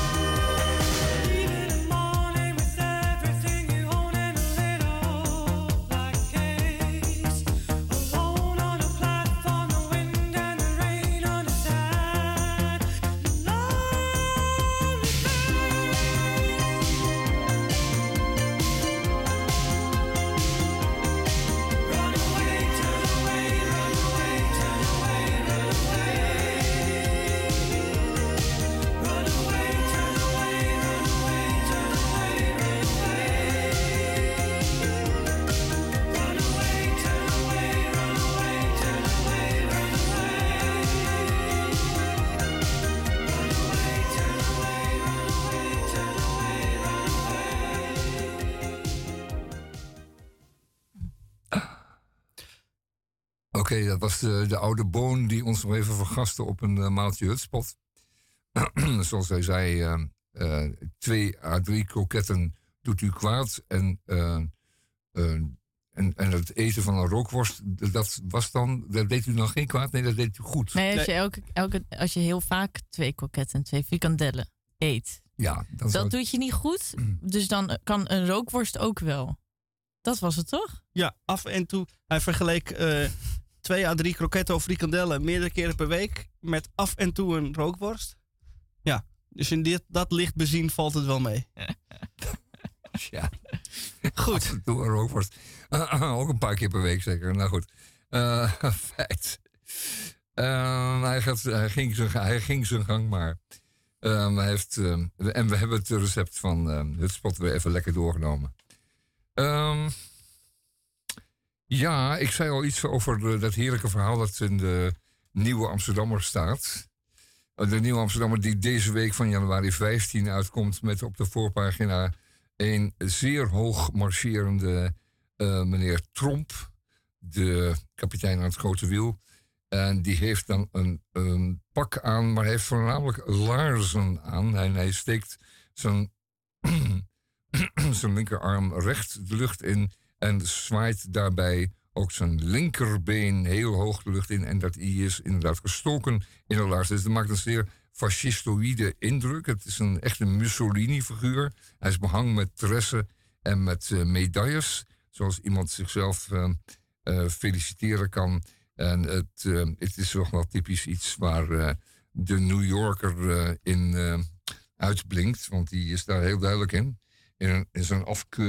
Oké, dat was de oude Boon die ons nog even vergastte op een maaltje hutspot. Zoals hij zei, 2 à 3 kroketten doet u kwaad. En het eten van een rookworst, dat deed u nog geen kwaad? Nee, dat deed u goed.
Nee, als je heel vaak 2 kroketten en 2 frikandellen eet,
ja,
dat doet je niet goed. Dus dan kan een rookworst ook wel. Dat was het toch?
Ja, af en toe. Hij vergeleek 2 à 3 kroketten of frikandellen meerdere keren per week met af en toe een rookworst. Ja, dus in dat licht bezien valt het wel mee.
Ja.
Goed.
Af en toe een rookworst. Ook een paar keer per week zeker. Nou goed. Feit. Hij ging zijn gang, maar en we hebben het recept van Hutspot weer even lekker doorgenomen. Ja, ik zei al iets over dat heerlijke verhaal dat in de Nieuwe Amsterdammer staat. De Nieuwe Amsterdammer die deze week van januari 15 uitkomt met op de voorpagina een zeer hoog marcherende meneer Tromp, de kapitein aan het grote wiel. En die heeft dan een pak aan, maar hij heeft voornamelijk laarzen aan. En hij steekt zijn linkerarm recht de lucht in en zwaait daarbij ook zijn linkerbeen heel hoog de lucht in. En dat hij is inderdaad gestoken in de laars. Dus dat maakt een zeer fascistoïde indruk. Het is een echte Mussolini-figuur. Hij is behangen met tressen en met medailles. Zoals iemand zichzelf feliciteren kan. En het is toch wel typisch iets waar de New Yorker in uitblinkt. Want die is daar heel duidelijk in. In zijn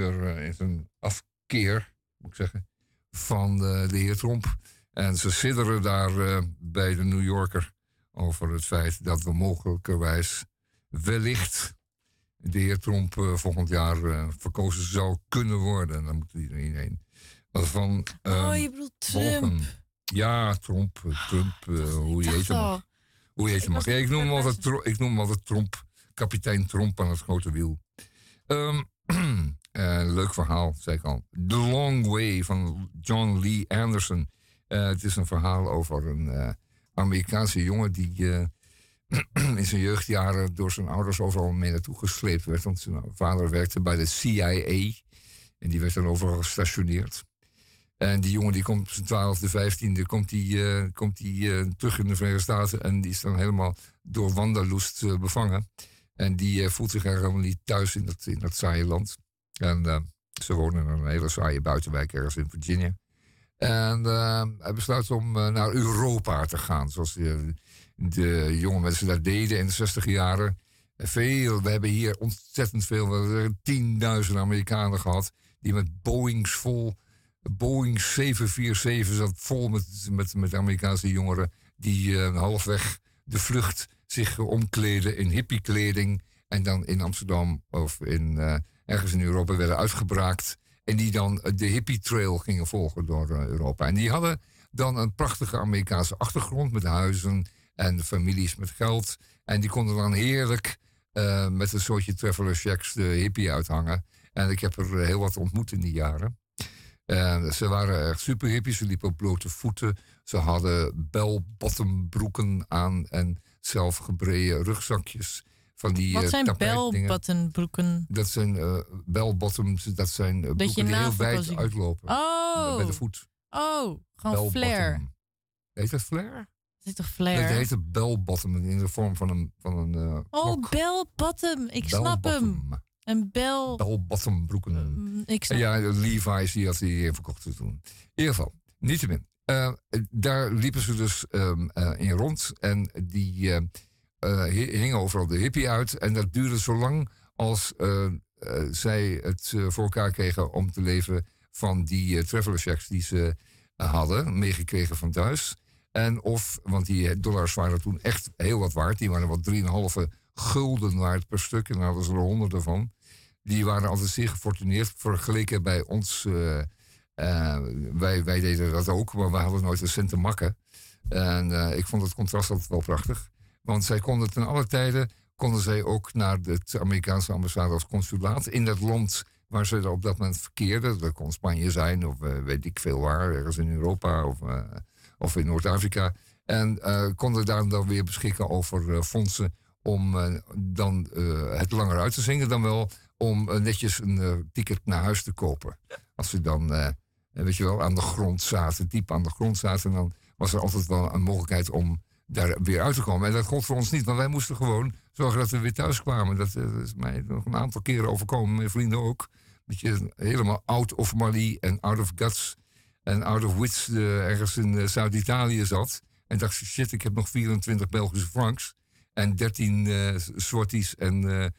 afkeer, moet ik zeggen, van de heer Trump. En ze sidderen daar bij de New Yorker over het feit dat we mogelijkerwijs wellicht de heer Trump volgend jaar verkozen zou kunnen worden. Dan moet iedereen heen. Van,
je bedoelt Trump.
volgen. Ja, Trump, hoe je heet hem. Hoe heet hem? Ja, ik noem hem altijd Trump, kapitein Trump aan het grote wiel. Leuk verhaal, zei ik al. The Long Way van John Lee Anderson. Het is een verhaal over een Amerikaanse jongen die in zijn jeugdjaren door zijn ouders overal mee naartoe gesleept werd. Want zijn vader werkte bij de CIA en die werd dan overal gestationeerd. En die jongen die komt op zijn 12e, 15e, komt die terug in de Verenigde Staten en die is dan helemaal door wanderlust bevangen. En die voelt zich helemaal niet thuis in dat saaie land. En ze wonen in een hele saaie buitenwijk ergens in Virginia. En hij besluit om naar Europa te gaan. Zoals de jonge mensen daar deden in de 60 jaren. We hebben hier ontzettend veel. We hebben 10.000 Amerikanen gehad. Die met Boeing 747 zat vol met Amerikaanse jongeren. Die halfweg de vlucht zich omkleden in hippiekleding. En dan in Amsterdam of ergens in Europa werden uitgebraakt. En die dan de hippie trail gingen volgen door Europa. En die hadden dan een prachtige Amerikaanse achtergrond met huizen en families met geld. En die konden dan heerlijk met een soortje traveler checks de hippie uithangen. En ik heb er heel wat ontmoet in die jaren. Ze waren echt super hippies. Ze liepen op blote voeten. Ze hadden bell-bottom broeken aan en zelfgebreide rugzakjes. Van die,
wat zijn bell-bottom broeken?
Dat zijn bell-bottoms, dat zijn broeken die heel wijd uitlopen.
Oh.
Bij de voet.
Oh, gewoon flare.
Heet dat flare?
Dat heet toch flare?
Dat heet een bell-bottom in de vorm van een klok.
Bell-bottom. Ik snap hem. Een
bell-bottom broeken. Ja, de Levi's die had hij verkocht toen. In ieder geval, niettemin. Daar liepen ze dus in rond en die hingen overal de hippie uit. En dat duurde zo lang als zij het voor elkaar kregen om te leven van die traveler checks die ze hadden, meegekregen van thuis. Want die dollars waren toen echt heel wat waard. Die waren wat 3,5 gulden waard per stuk. En daar hadden ze er honderden van. Die waren altijd zeer gefortuneerd vergeleken bij ons. Wij deden dat ook, maar we hadden nooit een cent te makken. En ik vond het contrast altijd wel prachtig. Want zij konden ten alle tijden ook naar het Amerikaanse ambassade of consulaat in dat land waar ze op dat moment verkeerden. Dat kon Spanje zijn of weet ik veel waar, ergens in Europa of in Noord-Afrika. En konden daar dan weer beschikken over fondsen om dan het langer uit te zingen dan wel om netjes een ticket naar huis te kopen. Als ze dan, weet je wel, aan de grond zaten, diep aan de grond zaten, dan was er altijd wel een mogelijkheid om daar weer uit te komen. En dat gold voor ons niet, want wij moesten gewoon zorgen dat we weer thuis kwamen. Dat is mij nog een aantal keren overkomen, mijn vrienden ook. Dat je helemaal out of money en out of guts en out of wits ergens in Zuid-Italië zat. En dacht, shit, ik heb nog 24 Belgische francs en 13 sorties en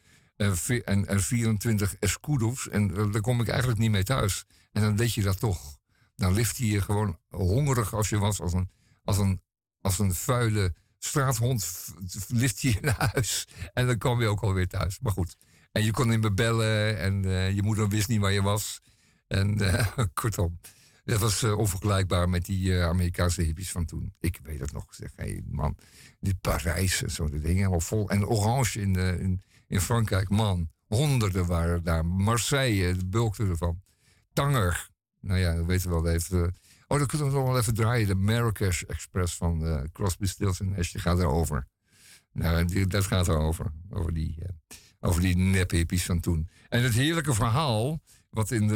24 escudos. En daar kom ik eigenlijk niet mee thuis. En dan deed je dat toch. Dan lifte je gewoon hongerig als je was, als een vuile straathond, lift je naar huis. En dan kwam je ook alweer thuis. Maar goed. En je kon niet meer bellen en je moeder wist niet waar je was. En kortom, dat was onvergelijkbaar met die Amerikaanse hippies van toen. Ik weet het nog. Zeg, hey, man, dit Parijs en zo, dat ding helemaal vol. En Orange in Frankrijk, man. Honderden waren daar. Marseille, de bulkte ervan. Tanger. Nou ja, dat weten we wel even. Dan kunnen we nog wel even draaien. De Marrakesh Express van Crosby, Stills & Nash. Die gaat erover. Nou, dat gaat erover. Over die nep-hippies van toen. En het heerlijke verhaal, wat in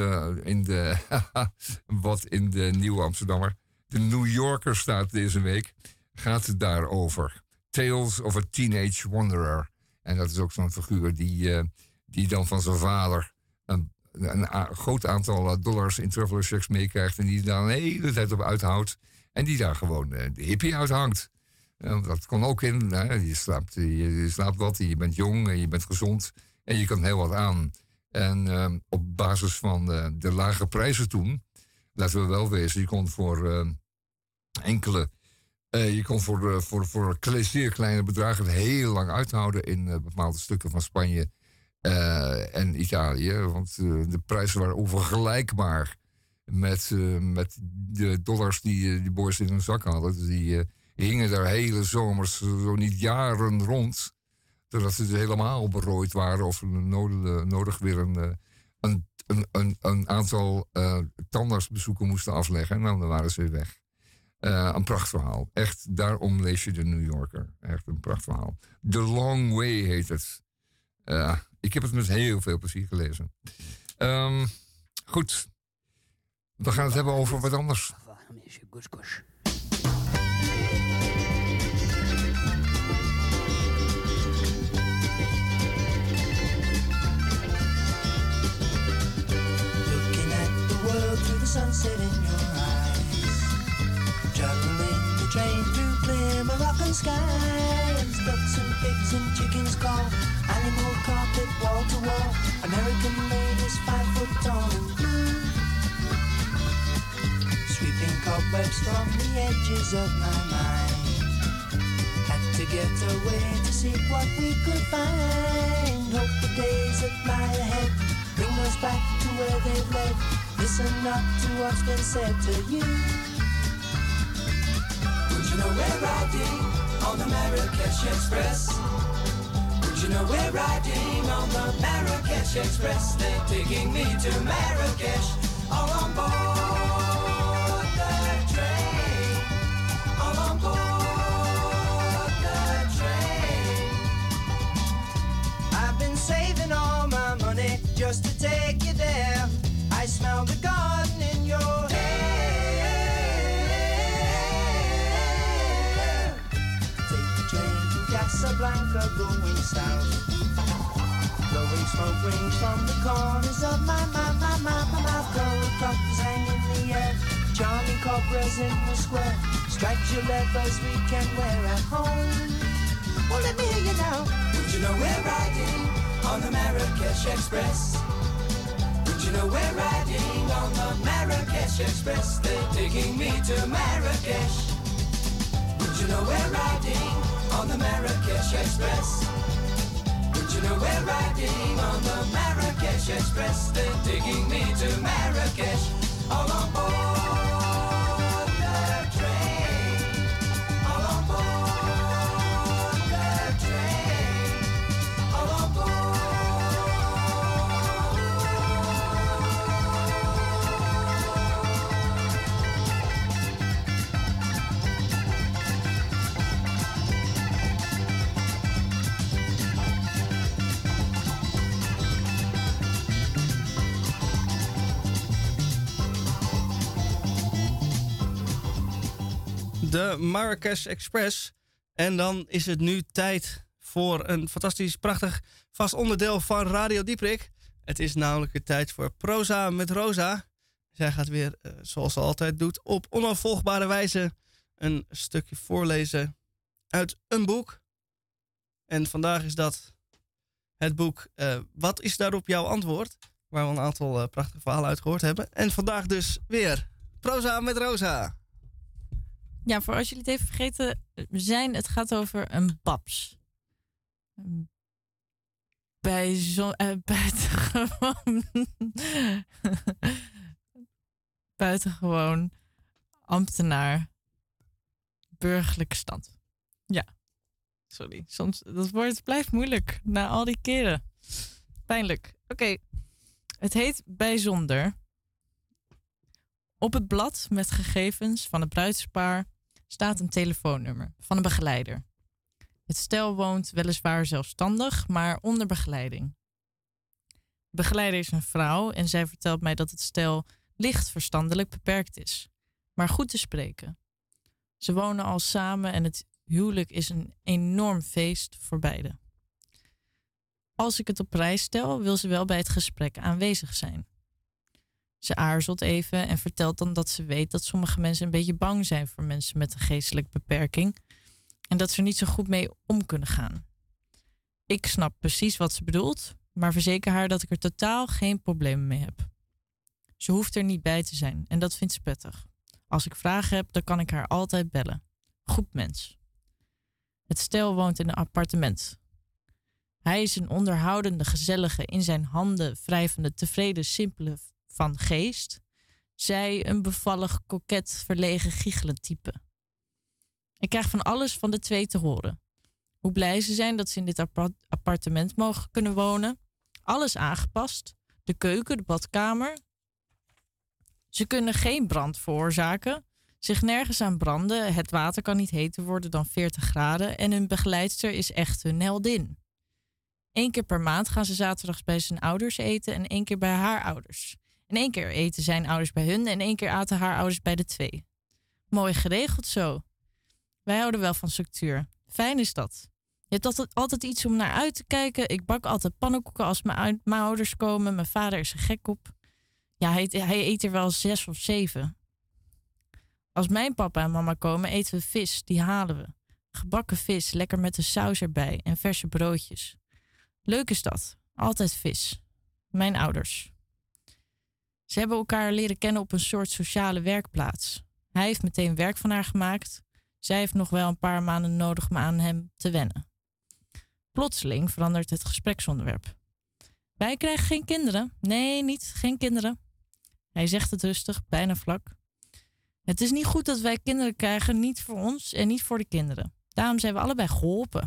de Nieuwe Amsterdammer, de New Yorker staat deze week, gaat daarover. Tales of a Teenage Wanderer. En dat is ook zo'n figuur die dan van zijn vader een groot aantal dollars in traveler checks meekrijgt en die daar een hele tijd op uithoudt. En die daar gewoon de hippie uithangt. Dat kon ook in. Je slaapt wat, je bent jong en je bent gezond. En je kan heel wat aan. En op basis van de lage prijzen toen, laten we wel wezen, je kon voor enkele, je kon voor zeer kleine bedragen het heel lang uithouden in bepaalde stukken van Spanje en Italië. Want de prijzen waren onvergelijkbaar met de dollars die boys in hun zak hadden. Dus die hingen daar hele zomers, zo niet jaren rond. Totdat ze helemaal berooid waren of nodig weer een aantal tandartsbezoeken moesten afleggen. Nou, dan waren ze weer weg. Een prachtverhaal. Echt, daarom lees je de New Yorker. Echt een prachtverhaal. The Long Way heet het. Ik heb het met heel veel plezier gelezen. Goed. We gaan het hebben over wat anders.
Through the sunset in your eyes, juggling the train through clear Moroccan skies. Ducks and pigs and chickens call, animal carpet wall to wall. American ladies 5 foot tall and blue, sweeping cobwebs from the edges of my mind. Had to get away to see what we could find. Hope the days that lie ahead bring us back to where they've led. Listen not to what's been said to you. Would you know we're riding on the Marrakesh Express? Would you know we're riding on the Marrakesh Express? They're taking me to Marrakesh, all on board the train, all on board the train. I've been saving all my money just to take you there. I smell the garden in your hair. Take the train to Casablanca going south. Blowing smoke rings from the corners of my mouth. Gold clockers hang in the air, charming cobras in the square. Striped your levers we can wear at home. Well, let me hear you now. Would you know we're riding on the Marrakesh Express? You know we're riding on the Marrakesh Express. They're taking me to Marrakesh. Would you know we're riding on the Marrakesh Express? Would you know we're riding on the Marrakesh Express? They're taking me to Marrakesh, all on board the train, all on board the train, all on board.
De Marrakesh Express. En dan is het nu tijd voor een fantastisch, prachtig vast onderdeel van Radio Dieprik. Het is namelijk weer tijd voor Proza met Rosa. Zij gaat weer, zoals ze altijd doet, op onafvolgbare wijze een stukje voorlezen uit een boek. En vandaag is dat het boek Wat is daarop jouw antwoord? Waar we een aantal prachtige verhalen uit gehoord hebben. En vandaag dus weer Proza met Rosa.
Ja, voor als jullie het even vergeten zijn, het gaat over een babs. Buitengewoon ambtenaar, burgerlijke stand. Ja, sorry. Soms, dat woord blijft moeilijk na al die keren. Pijnlijk. Oké. Het heet Bijzonder. Op het blad met gegevens van het bruidspaar staat een telefoonnummer van een begeleider. Het stel woont weliswaar zelfstandig, maar onder begeleiding. De begeleider is een vrouw en zij vertelt mij dat het stel licht verstandelijk beperkt is, maar goed te spreken. Ze wonen al samen en het huwelijk is een enorm feest voor beiden. Als ik het op prijs stel, wil ze wel bij het gesprek aanwezig zijn. Ze aarzelt even en vertelt dan dat ze weet dat sommige mensen een beetje bang zijn voor mensen met een geestelijke beperking En dat ze er niet zo goed mee om kunnen gaan. Ik snap precies wat ze bedoelt, maar verzeker haar dat ik er totaal geen problemen mee heb. Ze hoeft er niet bij te zijn en dat vindt ze prettig. Als ik vragen heb, dan kan ik haar altijd bellen. Goed mens. Het stel woont in een appartement. Hij is een onderhoudende, gezellige, in zijn handen wrijvende, tevreden, simpele van geest. Zij een bevallig, koket, verlegen, giechelend type. Ik krijg van alles van de twee te horen. Hoe blij ze zijn dat ze in dit appartement mogen kunnen wonen. Alles aangepast. De keuken, de badkamer. Ze kunnen geen brand veroorzaken. Zich nergens aan branden. Het water kan niet heter worden dan 40 graden. En hun begeleidster is echt hun heldin. 1 keer per maand gaan ze zaterdags bij zijn ouders eten en 1 keer bij haar ouders. En 1 keer eten zijn ouders bij hun en 1 keer aten haar ouders bij de 2. Mooi geregeld zo. Wij houden wel van structuur. Fijn is dat. Je hebt altijd iets om naar uit te kijken. Ik bak altijd pannenkoeken als mijn ouders komen. Mijn vader is er gek op. Ja, hij eet er wel 6 of 7. Als mijn papa en mama komen, eten we vis. Die halen we. Gebakken vis, lekker met de saus erbij en verse broodjes. Leuk is dat. Altijd vis. Mijn ouders. Ze hebben elkaar leren kennen op een soort sociale werkplaats. Hij heeft meteen werk van haar gemaakt. Zij heeft nog wel een paar maanden nodig om aan hem te wennen. Plotseling verandert het gespreksonderwerp. Wij krijgen geen kinderen. Nee, niet. Geen kinderen. Hij zegt het rustig, bijna vlak. Het is niet goed dat wij kinderen krijgen, niet voor ons en niet voor de kinderen. Daarom zijn we allebei geholpen.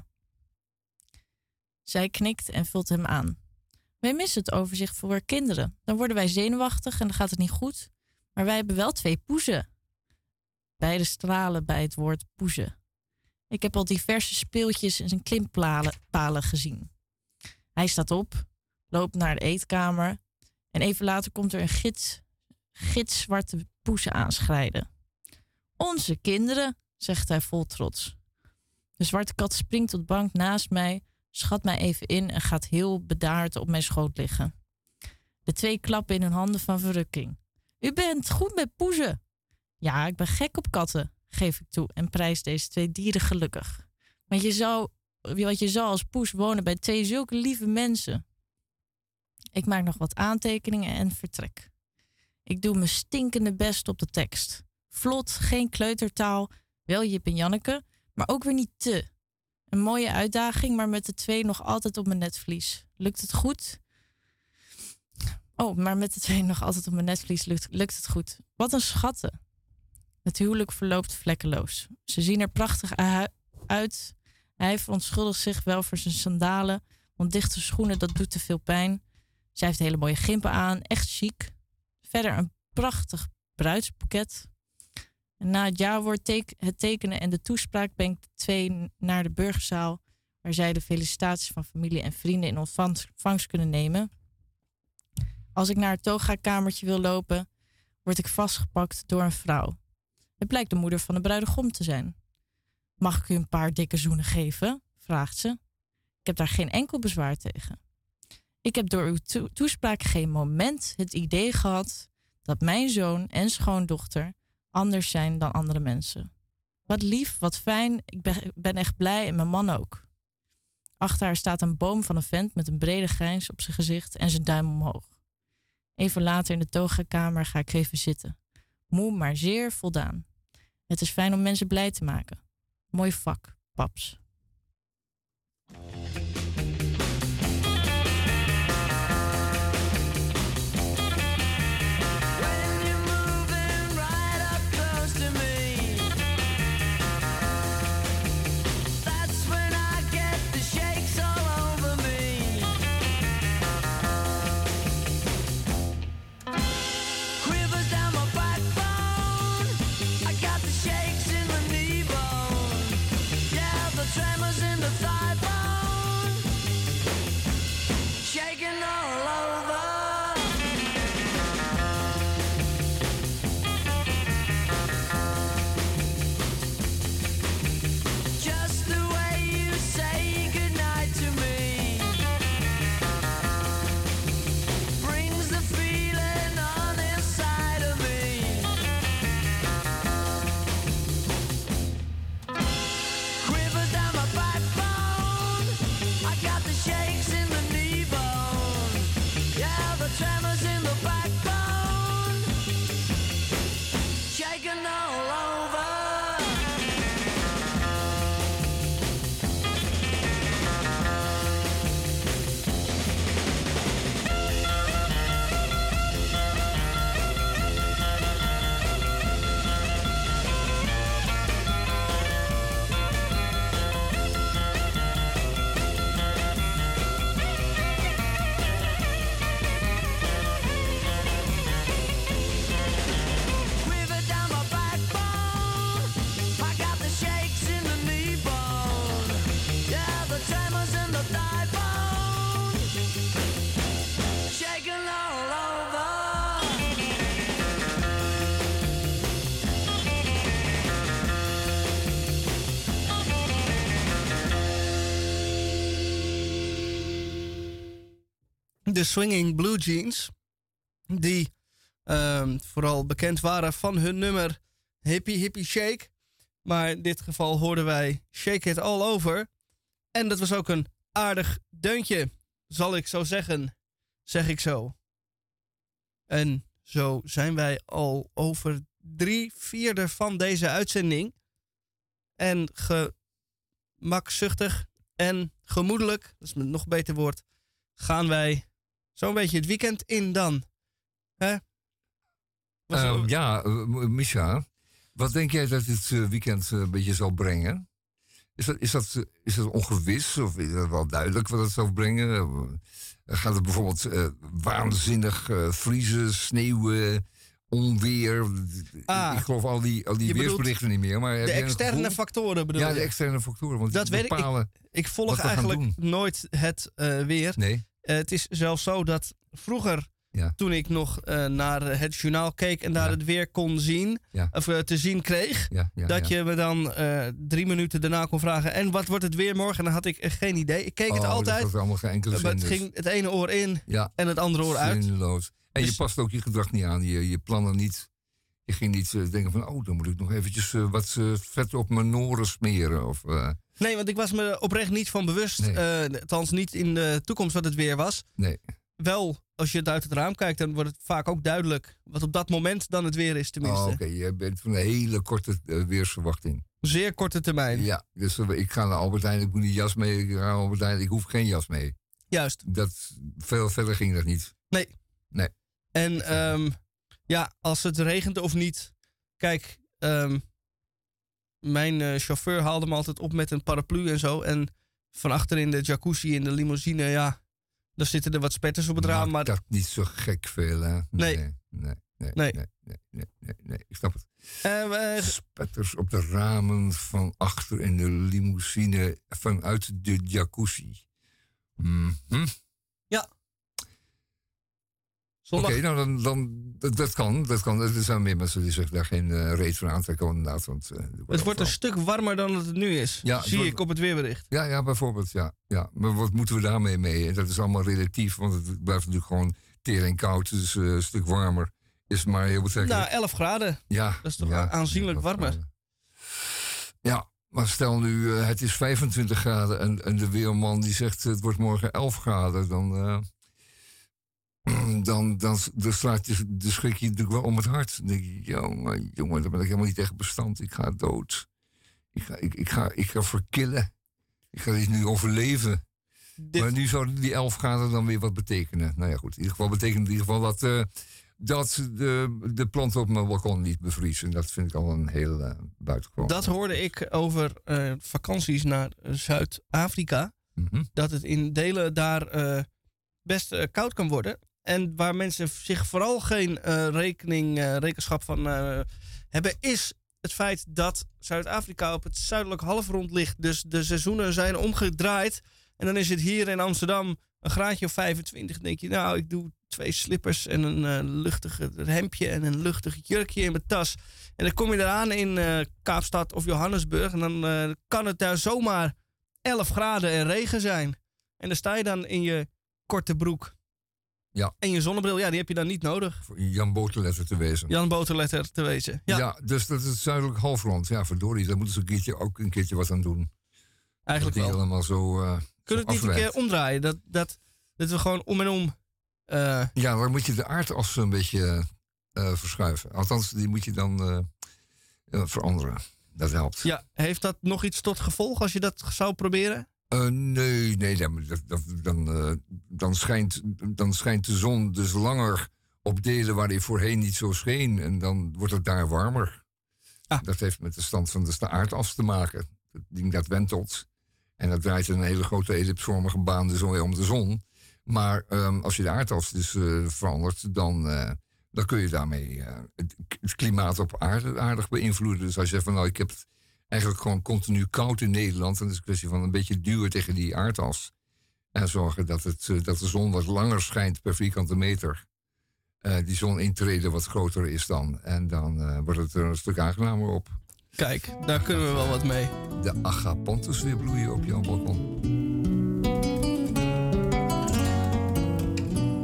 Zij knikt en vult hem aan. Wij missen het overzicht voor kinderen. Dan worden wij zenuwachtig en dan gaat het niet goed. Maar wij hebben wel 2 poezen. Beide stralen bij het woord poezen. Ik heb al diverse speeltjes en zijn klimpalen gezien. Hij staat op, loopt naar de eetkamer en even later komt er een gitzwarte poezen aanschrijden. Onze kinderen, zegt hij vol trots. De zwarte kat springt op de bank naast mij, schat mij even in en gaat heel bedaard op mijn schoot liggen. De 2 klappen in hun handen van verrukking. U bent goed met poezen. Ja, ik ben gek op katten, geef ik toe en prijs deze 2 dieren gelukkig. Want je zou als poes wonen bij 2 zulke lieve mensen. Ik maak nog wat aantekeningen en vertrek. Ik doe mijn stinkende best op de tekst. Vlot, geen kleutertaal, wel Jip en Janneke, maar ook weer niet te. Een mooie uitdaging, maar met de 2 nog altijd op mijn netvlies. Lukt het goed? Oh, maar met de 2 nog altijd op mijn netvlies lukt het goed. Wat een schatten. Het huwelijk verloopt vlekkeloos. Ze zien er prachtig uit. Hij verontschuldigt zich wel voor zijn sandalen, want dichte schoenen, dat doet te veel pijn. Zij heeft hele mooie gimpen aan, echt chic. Verder een prachtig bruidsboeket. En na het jaarwoord, het tekenen en de toespraak ben ik de 2 naar de burgerzaal, waar zij de felicitaties van familie en vrienden in ontvangst kunnen nemen. Als ik naar het toga-kamertje wil lopen, word ik vastgepakt door een vrouw. Het blijkt de moeder van de bruidegom te zijn. Mag ik u een paar dikke zoenen geven? Vraagt ze. Ik heb daar geen enkel bezwaar tegen. Ik heb door uw toespraak geen moment het idee gehad dat mijn zoon en schoondochter anders zijn dan andere mensen. Wat lief, wat fijn, ik ben echt blij en mijn man ook. Achter haar staat een boom van een vent met een brede grijns op zijn gezicht en zijn duim omhoog. Even later in de toga-kamer ga ik even zitten. Moe, maar zeer voldaan. Het is fijn om mensen blij te maken. Mooi vak, paps.
Try
de Swinging Blue Jeans. Die vooral bekend waren van hun nummer Hippie Hippie Shake. Maar in dit geval hoorden wij Shake It All Over. En dat was ook een aardig deuntje, zal ik zo zeggen. Zeg ik zo. En zo zijn wij al over 3/4 van deze uitzending. En gemakzuchtig en gemoedelijk, dat is een nog beter woord, gaan wij zo'n beetje het weekend in dan. Hè?
Misha, wat denk jij dat dit weekend een beetje zal brengen? Is dat ongewis of is dat wel duidelijk wat het zal brengen? Gaat het bijvoorbeeld waanzinnig vriezen, sneeuwen, onweer? Ik geloof al die weersberichten niet meer. Maar
de externe factoren bedoel je?
Ja, de externe factoren. Want
dat weet ik volg eigenlijk nooit het weer.
Nee.
Het is zelfs zo dat vroeger, toen ik nog naar het journaal keek en daar het weer kon zien, of te zien kreeg, dat je me dan 3 minuten daarna kon vragen, en wat wordt het weer morgen? En dan had ik geen idee. Ik keek het altijd.
Dat was allemaal geen enkele zin.
Het ging het ene oor in en het andere oor uit.
Zinloos. En
Dus
je past ook je gedrag niet aan. Je plannen niet. Je ging niet denken van, dan moet ik nog eventjes wat vet op mijn noren smeren. Of,
Nee, want ik was me oprecht niet van bewust. Althans niet in de toekomst wat het weer was.
Nee.
Wel, als je het uit het raam kijkt, dan wordt het vaak ook duidelijk wat op dat moment dan het weer is, tenminste.
Oké, je bent van een hele korte weersverwachting.
Zeer korte termijn.
Ja, dus ik ga naar Albert Heijn, ik moet die jas mee. Ik ga naar Albert Heijn, ik hoef geen jas mee.
Juist.
Veel verder ging dat niet.
Nee.
Nee.
En als het regent of niet. Kijk, mijn chauffeur haalde me altijd op met een paraplu en zo. En van achter in de jacuzzi in de limousine, daar zitten er wat spetters op het raam. Maar
dat niet zo gek veel, hè? Nee. Ik snap het. Spetters op de ramen van achter in de limousine vanuit de jacuzzi.
Ja.
Oké, nou dat kan. Er zijn meer mensen die zich daar geen reet van aantrekken, inderdaad. Want,
het wordt een stuk warmer dan het nu is. Zie ik op het weerbericht.
Ja, bijvoorbeeld. Ja. Maar wat moeten we daarmee mee? Dat is allemaal relatief, want het blijft natuurlijk gewoon tering koud. Dus een stuk warmer is maar heel betrekkelijk.
11 graden.
Ja.
Dat is toch aanzienlijk warmer.
Graden. Ja, maar stel nu, het is 25 graden en de weerman die zegt het wordt morgen 11 graden, dan slaat de schrik je natuurlijk wel om het hart. Dan denk je, jongen, daar ben ik helemaal niet tegen bestand. Ik ga dood. Ik ga verkillen. Ik ga dit nu overleven. Maar nu zouden die 11 graden dan weer wat betekenen. Nou ja, goed. In ieder geval betekent in ieder geval dat de planten op mijn balkon niet bevriezen. Dat vind ik al een heel buitengewoon.
Dat hoorde ik over vakanties naar Zuid-Afrika.
Mm-hmm.
Dat het in delen daar best koud kan worden. En waar mensen zich vooral geen rekenschap van hebben, is het feit dat Zuid-Afrika op het zuidelijk halfrond ligt. Dus de seizoenen zijn omgedraaid. En dan is het hier in Amsterdam een graadje of 25. Dan denk je, ik doe 2 slippers en een luchtig hemdje en een luchtig jurkje in mijn tas. En dan kom je eraan in Kaapstad of Johannesburg. En dan kan het daar zomaar 11 graden en regen zijn. En dan sta je dan in je korte broek.
Ja.
En je zonnebril, die heb je dan niet nodig.
Voor Jan Boterletter te wezen.
Ja,
dus dat is het zuidelijk halfrond. Ja, verdorie, daar moeten ze een keertje wat aan doen.
Eigenlijk wel.
Helemaal zo,
kunnen we het niet een keer omdraaien? Dat we gewoon om en om...
Ja, dan moet je de aardas een beetje verschuiven. Althans, die moet je dan veranderen. Dat helpt.
Ja, heeft dat nog iets tot gevolg als je dat zou proberen?
Nee, dan schijnt de zon dus langer op delen waar die voorheen niet zo scheen. En dan wordt het daar warmer. Dat heeft met de stand van de aardas te maken. Het ding dat wentelt. En dat draait een hele grote ellipsvormige baan dus weer om de zon. Maar als je de aardas dus verandert, dan kun je daarmee het klimaat op aarde aardig beïnvloeden. Dus als je zegt van ik heb het eigenlijk gewoon continu koud in Nederland, dan is het een kwestie van een beetje duwen tegen die aardas. En zorgen dat de zon wat langer schijnt per vierkante meter. Die zonintrede wat groter is dan. En dan wordt het er een stuk aangenamer op.
Kijk, daar kunnen we wel wat mee.
De agapanthus weer bloeien op jouw balkon.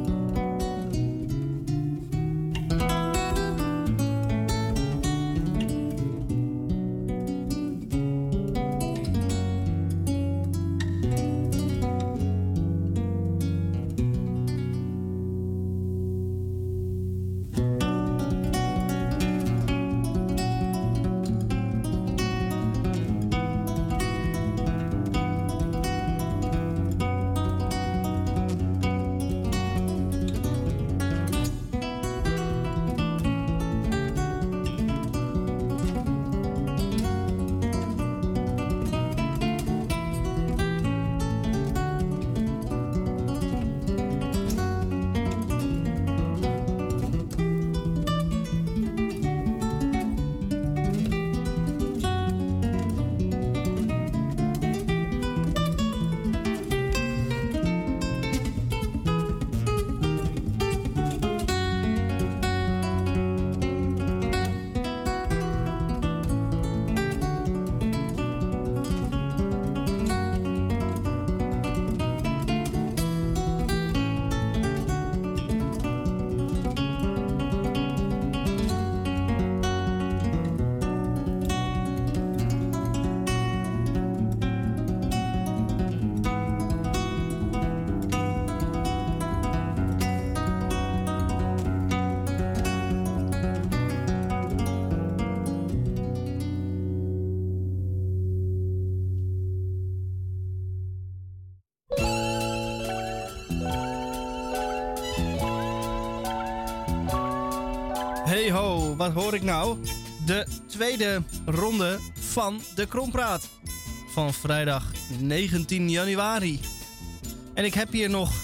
wat hoor ik nou? De tweede ronde van de Krompraat. Van vrijdag 19 januari. En ik heb hier nog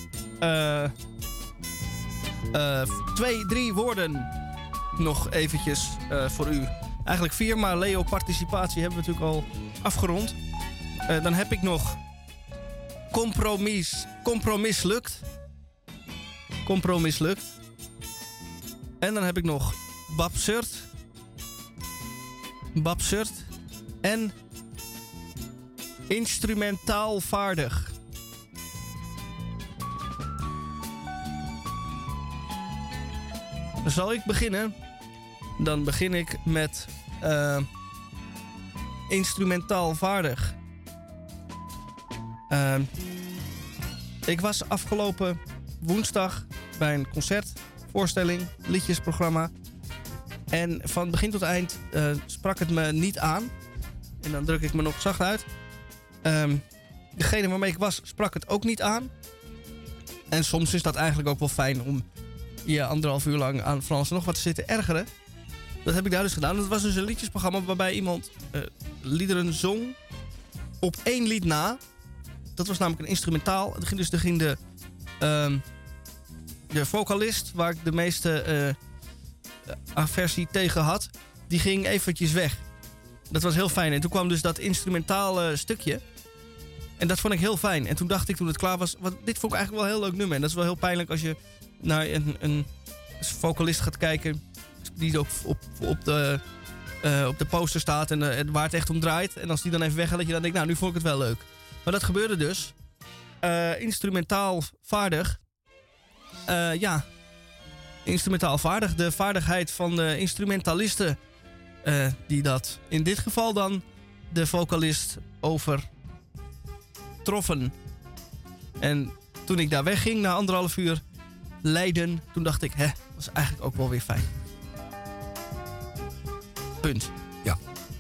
3 woorden nog eventjes voor u. Eigenlijk 4, maar Leo participatie hebben we natuurlijk al afgerond. Dan heb ik nog compromis lukt. En dan heb ik nog babsurt. En instrumentaal vaardig. Zal ik beginnen? Dan begin ik met instrumentaal vaardig. Ik was afgelopen woensdag bij een concertvoorstelling, liedjesprogramma. En van begin tot eind sprak het me niet aan. En dan druk ik me nog zacht uit. Degene waarmee ik was, sprak het ook niet aan. En soms is dat eigenlijk ook wel fijn om je 1,5 uur lang aan van alles en nog wat te zitten ergeren. Dat heb ik daar dus gedaan. Het was dus een liedjesprogramma waarbij iemand liederen zong op 1 lied na. Dat was namelijk een instrumentaal. Dus er ging de vocalist, waar ik de meeste aversie tegen had, die ging eventjes weg. Dat was heel fijn. En toen kwam dus dat instrumentale stukje. En dat vond ik heel fijn. En toen dacht ik, toen het klaar was, dit vond ik eigenlijk wel een heel leuk nummer. En dat is wel heel pijnlijk als je naar een vocalist gaat kijken die ook op de poster staat en waar het echt om draait. En als die dan even weggaat, dat je dan denkt, nou, nu vond ik het wel leuk. Maar dat gebeurde dus. Instrumentaal vaardig. Instrumentaal vaardig. De vaardigheid van de instrumentalisten. Die dat in dit geval dan de vocalist overtroffen. En toen ik daar wegging na 1,5 uur lijden, toen dacht ik, dat was eigenlijk ook wel weer fijn. Punt.
Ja.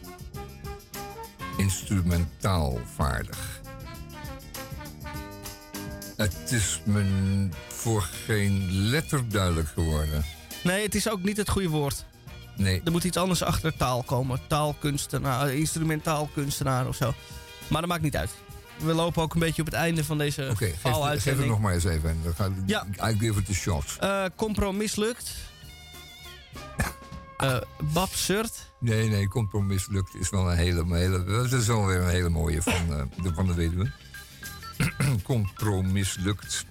Instrumentaal vaardig. Het is me voor geen letter duidelijk geworden.
Nee, het is ook niet het goede woord.
Nee.
Er moet iets anders achter taal komen. Taalkunstenaar, instrumentaal kunstenaar of zo. Maar dat maakt niet uit. We lopen ook een beetje op het einde van deze
geef het nog maar eens even.
Ja.
I give it a shot.
Compromis lukt. Babsurt.
Nee, compromis lukt is wel een hele dat is wel weer een hele mooie van de weduwe. Compromis lukt.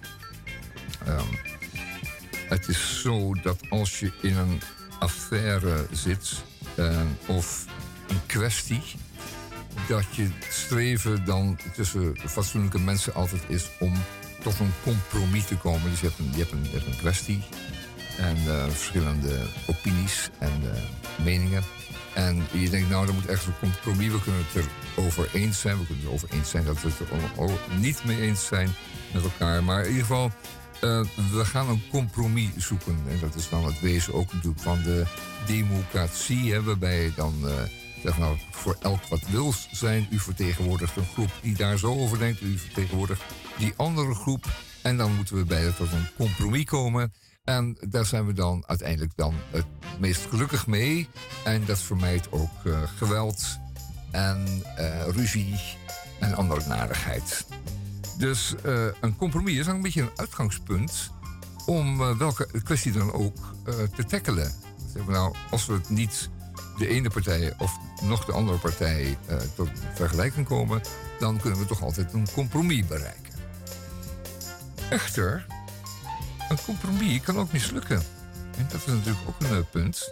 Het is zo dat als je in een affaire zit of een kwestie, dat je het streven dan tussen fatsoenlijke mensen altijd is om tot een compromis te komen. Dus je hebt een kwestie en verschillende opinies en meningen. En je denkt, nou, er moet echt een compromis. We kunnen het erover eens zijn. We kunnen het erover eens zijn dat we het er niet mee eens zijn met elkaar. Maar in ieder geval, we gaan een compromis zoeken. En dat is dan het wezen ook natuurlijk van de democratie. Waarbij je dan zeg nou, voor elk wat wil zijn. U vertegenwoordigt een groep die daar zo over denkt. U vertegenwoordigt die andere groep. En dan moeten we beide tot een compromis komen. En daar zijn we dan uiteindelijk het meest gelukkig mee. En dat vermijdt ook geweld en ruzie en andere narigheid. Dus een compromis is dan een beetje een uitgangspunt om welke kwestie dan ook te tackelen. Nou, als we het niet de ene partij of nog de andere partij tot vergelijking komen, dan kunnen we toch altijd een compromis bereiken. Echter, een compromis kan ook mislukken. En dat is natuurlijk ook een punt.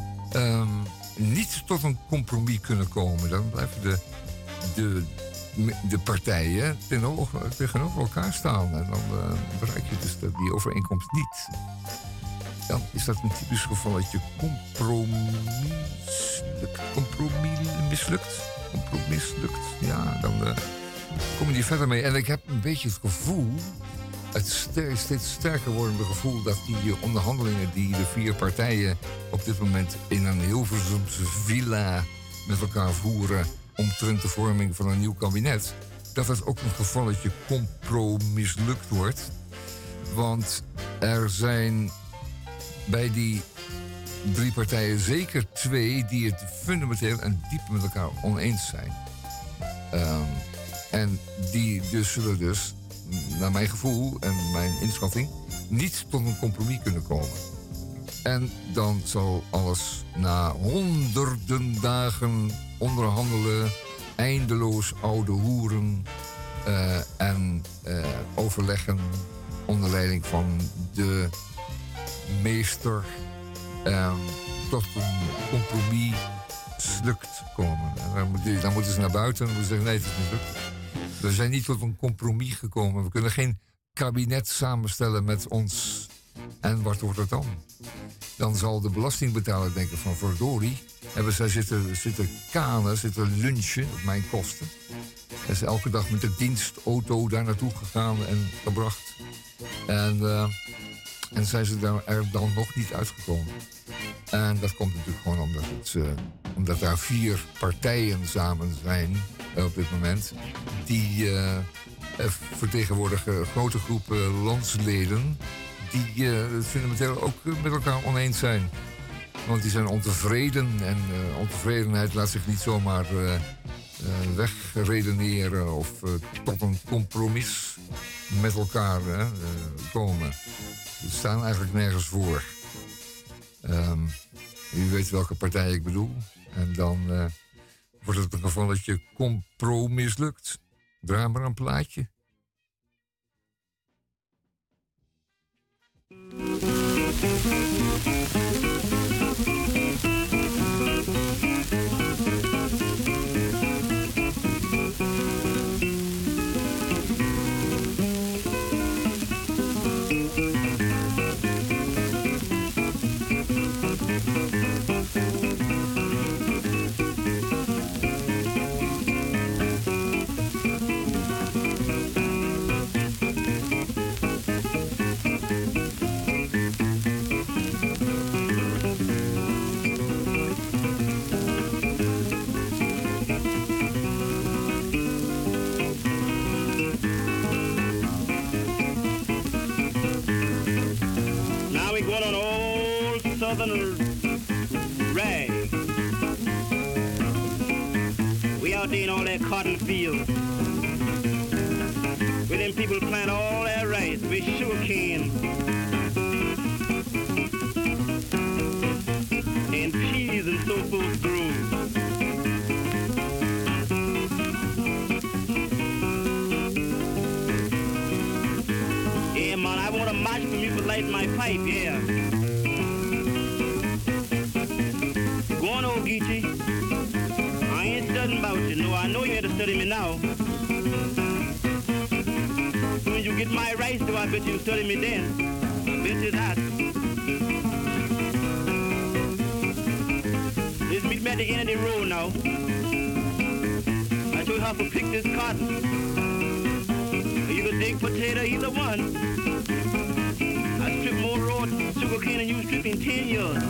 Niet tot een compromis kunnen komen. Dan blijven de partijen tegenover elkaar staan. En dan bereik je dus die overeenkomst niet. Dan is dat een typisch geval dat je compromis mislukt. Ja, dan kom je niet verder mee. En ik heb een beetje het gevoel, het steeds sterker wordende gevoel, dat die onderhandelingen die de 4 partijen op dit moment in een Hilversumse villa met elkaar voeren omtrent de vorming van een nieuw kabinet, dat het ook een gevalletje compromislukt wordt. Want er zijn bij die 3 partijen, zeker 2, die het fundamenteel en diep met elkaar oneens zijn. En die dus zullen dus, naar mijn gevoel en mijn inschatting, niet tot een compromis kunnen komen. En dan zal alles na honderden dagen onderhandelen, eindeloos oude hoeren en overleggen onder leiding van de meester tot een compromis slukt komen. En dan moeten ze naar buiten en moeten zeggen nee, het is mislukt. We zijn niet tot een compromis gekomen. We kunnen geen kabinet samenstellen met ons. En wat wordt het dan? Dan zal de belastingbetaler denken van verdorie, hebben zij zitten kanen, zitten lunchen op mijn kosten. En ze elke dag met de dienstauto daar naartoe gegaan en gebracht. En zijn ze er dan nog niet uitgekomen. En dat komt natuurlijk gewoon omdat daar 4 partijen samen zijn op dit moment. Die vertegenwoordigen grote groepen landsleden die fundamenteel ook met elkaar oneens zijn. Want die zijn ontevreden en ontevredenheid laat zich niet zomaar wegredeneren of tot een compromis met elkaar komen. Ze staan eigenlijk nergens voor. U weet welke partij ik bedoel. En dan wordt het een gevalletje compromis lukt. Draai maar een plaatje.
Rag. We out there in all that cotton field. Where them people plant all that rice with sugar cane and peas and so forth grew. Yeah, man, I want a match for me for lighting my pipe, yeah. Geechee. I ain't studying about you. No, I know you had to study me now. When you get my rights, though, I bet you study me then. I bet you that. Let's meet me at the end of the road now. I show you how to pick this cotton. You can dig potato, either one. I strip more raw sugar cane than you strip in 10 years.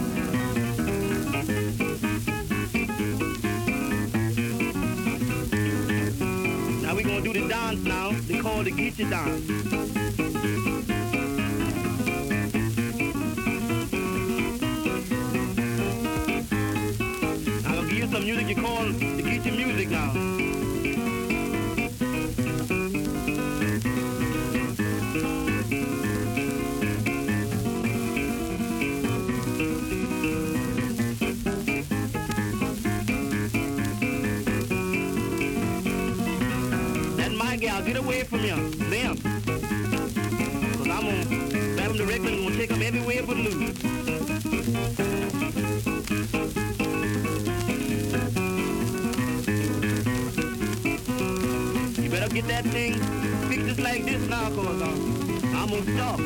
We're gonna do the dance now. They call it the Geechee dance. I'm gonna give you some music you call the Geechee music now. Get away from them. Cause I'm gonna grab them directly and gonna take them everywhere but loose. You better get that thing fixed just like this now, cause I'm gonna stop.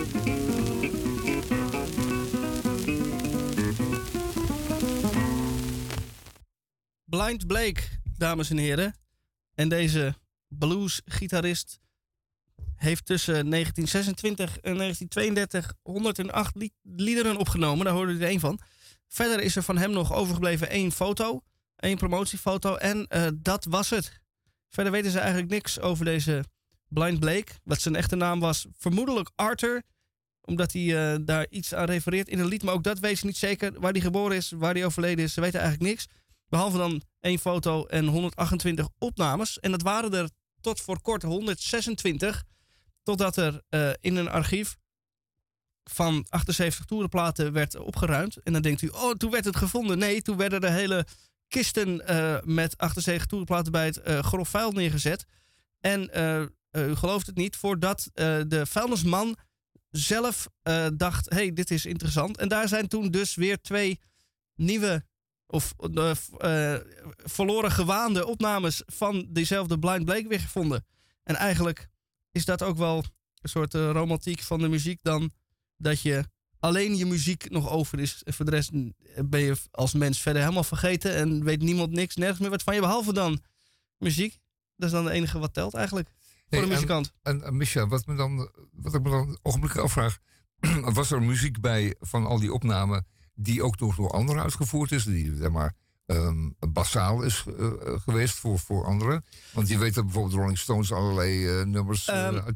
Blind Blake, dames en heren. En deze bluesgitarist heeft tussen 1926 en 1932 108 liederen opgenomen. Daar hoorde u er één van. Verder is er van hem nog overgebleven 1 foto, 1 promotiefoto en dat was het. Verder weten ze eigenlijk niks over deze Blind Blake. Wat zijn echte naam was, vermoedelijk Arthur Omdat hij daar iets aan refereert in een lied. Maar ook dat weet ze niet zeker. Waar hij geboren is, waar hij overleden is. Ze weten eigenlijk niks. Behalve dan 1 foto en 128 opnames. En dat waren er tot voor kort 126. Totdat er in een archief van 78 toerenplaten werd opgeruimd. En dan denkt u, oh, toen werd het gevonden. Nee, toen werden er hele kisten met 78 toerenplaten bij het grof vuil neergezet. En u gelooft het niet, voordat de vuilnisman zelf dacht, hey, dit is interessant. En daar zijn toen dus weer 2 nieuwe of verloren gewaande opnames van diezelfde Blind Blake weer gevonden. En eigenlijk is dat ook wel een soort romantiek van de muziek dan, dat je alleen je muziek nog over is. En voor de rest ben je als mens verder helemaal vergeten en weet niemand niks, nergens meer wat van je, behalve dan muziek. Dat is dan het enige wat telt eigenlijk voor de muzikant.
En Micha, wat ik me dan ogenblikkelijk afvraag, was er muziek bij van al die opnamen die ook nog door anderen uitgevoerd is, die zeg maar basaal is geweest voor anderen? Want je weet dat bijvoorbeeld Rolling Stones allerlei nummers uit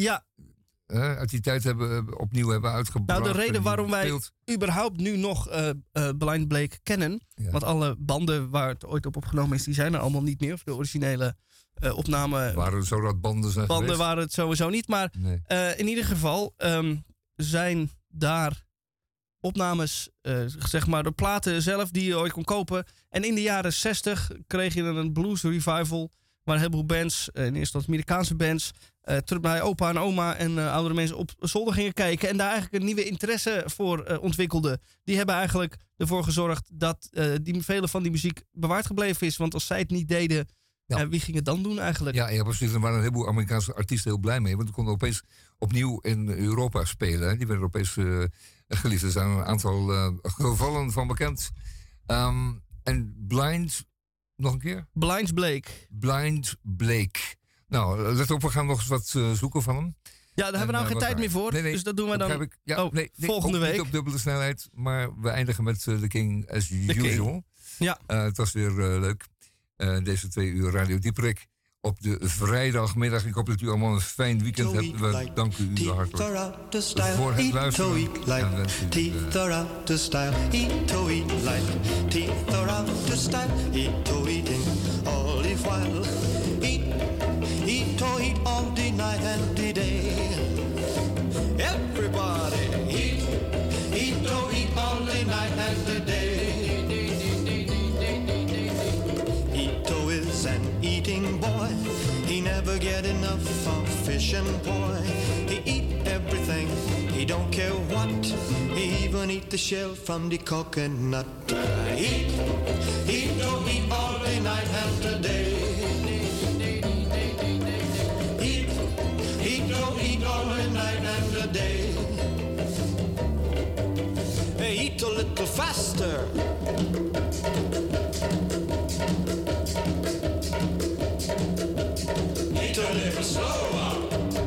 die tijd opnieuw hebben uitgebracht.
Nou, de reden waarom wij überhaupt nu nog Blind Blake kennen, want alle banden waar het ooit op opgenomen is, die zijn er allemaal niet meer. Of de originele opname.
Waren het zo dat banden zijn geweest?
Banden waren het sowieso niet, maar in ieder geval zijn daar opnames, zeg maar de platen zelf die je ooit kon kopen. En in de jaren 60 kreeg je een blues revival, waar een heleboel bands, in eerste instantie Amerikaanse bands, terug bij opa en oma en oudere mensen op zolder gingen kijken en daar eigenlijk een nieuwe interesse voor ontwikkelden. Die hebben eigenlijk ervoor gezorgd dat vele van die muziek bewaard gebleven is. Want als zij het niet deden, wie ging het dan doen eigenlijk?
Ja, precies. Er waren een heleboel Amerikaanse artiesten heel blij mee. Want die konden opeens opnieuw in Europa spelen. Hè. Die werden opeens geliefd. Er zijn een aantal gevallen van bekend. En Blind, nog een keer?
Blind Blake.
Blind Blake. Nou, let op, we gaan nog eens wat zoeken van hem.
Ja, daar hebben we nou geen tijd meer voor. Nee, dus dat doen we dan volgende week.
Niet op dubbele snelheid, maar we eindigen met The King as usual.
King. Ja.
Het was weer leuk. Deze 2 uur Radio Dieprik op de vrijdagmiddag. Ik hoop dat u allemaal een fijn weekend hebt. We danken u hartelijk voor het luisteren.
Teeth are out to style, eat to eat like. Teeth are out to style, eat to eating all the while. Eat to eat all the night and the day. Everybody eat to eat all the night and the day. Ito is an eating boy. He never get enough of fish and poi. He eat everything, he don't care what. He even eat the shell from the coconut. Eat to eat all the night and the day. Eat to eat all the night and the day. Eat a little faster. Eat a little slower.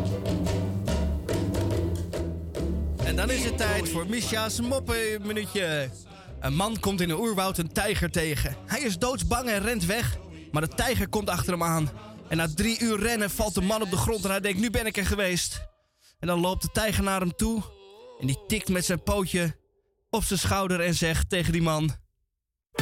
En dan is het tijd voor Misha's moppenminuutje. Een man komt in een oerwoud een tijger tegen. Hij is doodsbang en rent weg, maar de tijger komt achter hem aan. En na 3 uur rennen valt de man op de grond en hij denkt, nu ben ik er geweest. En dan loopt de tijger naar hem toe en die tikt met zijn pootje op zijn schouder en zegt tegen die man,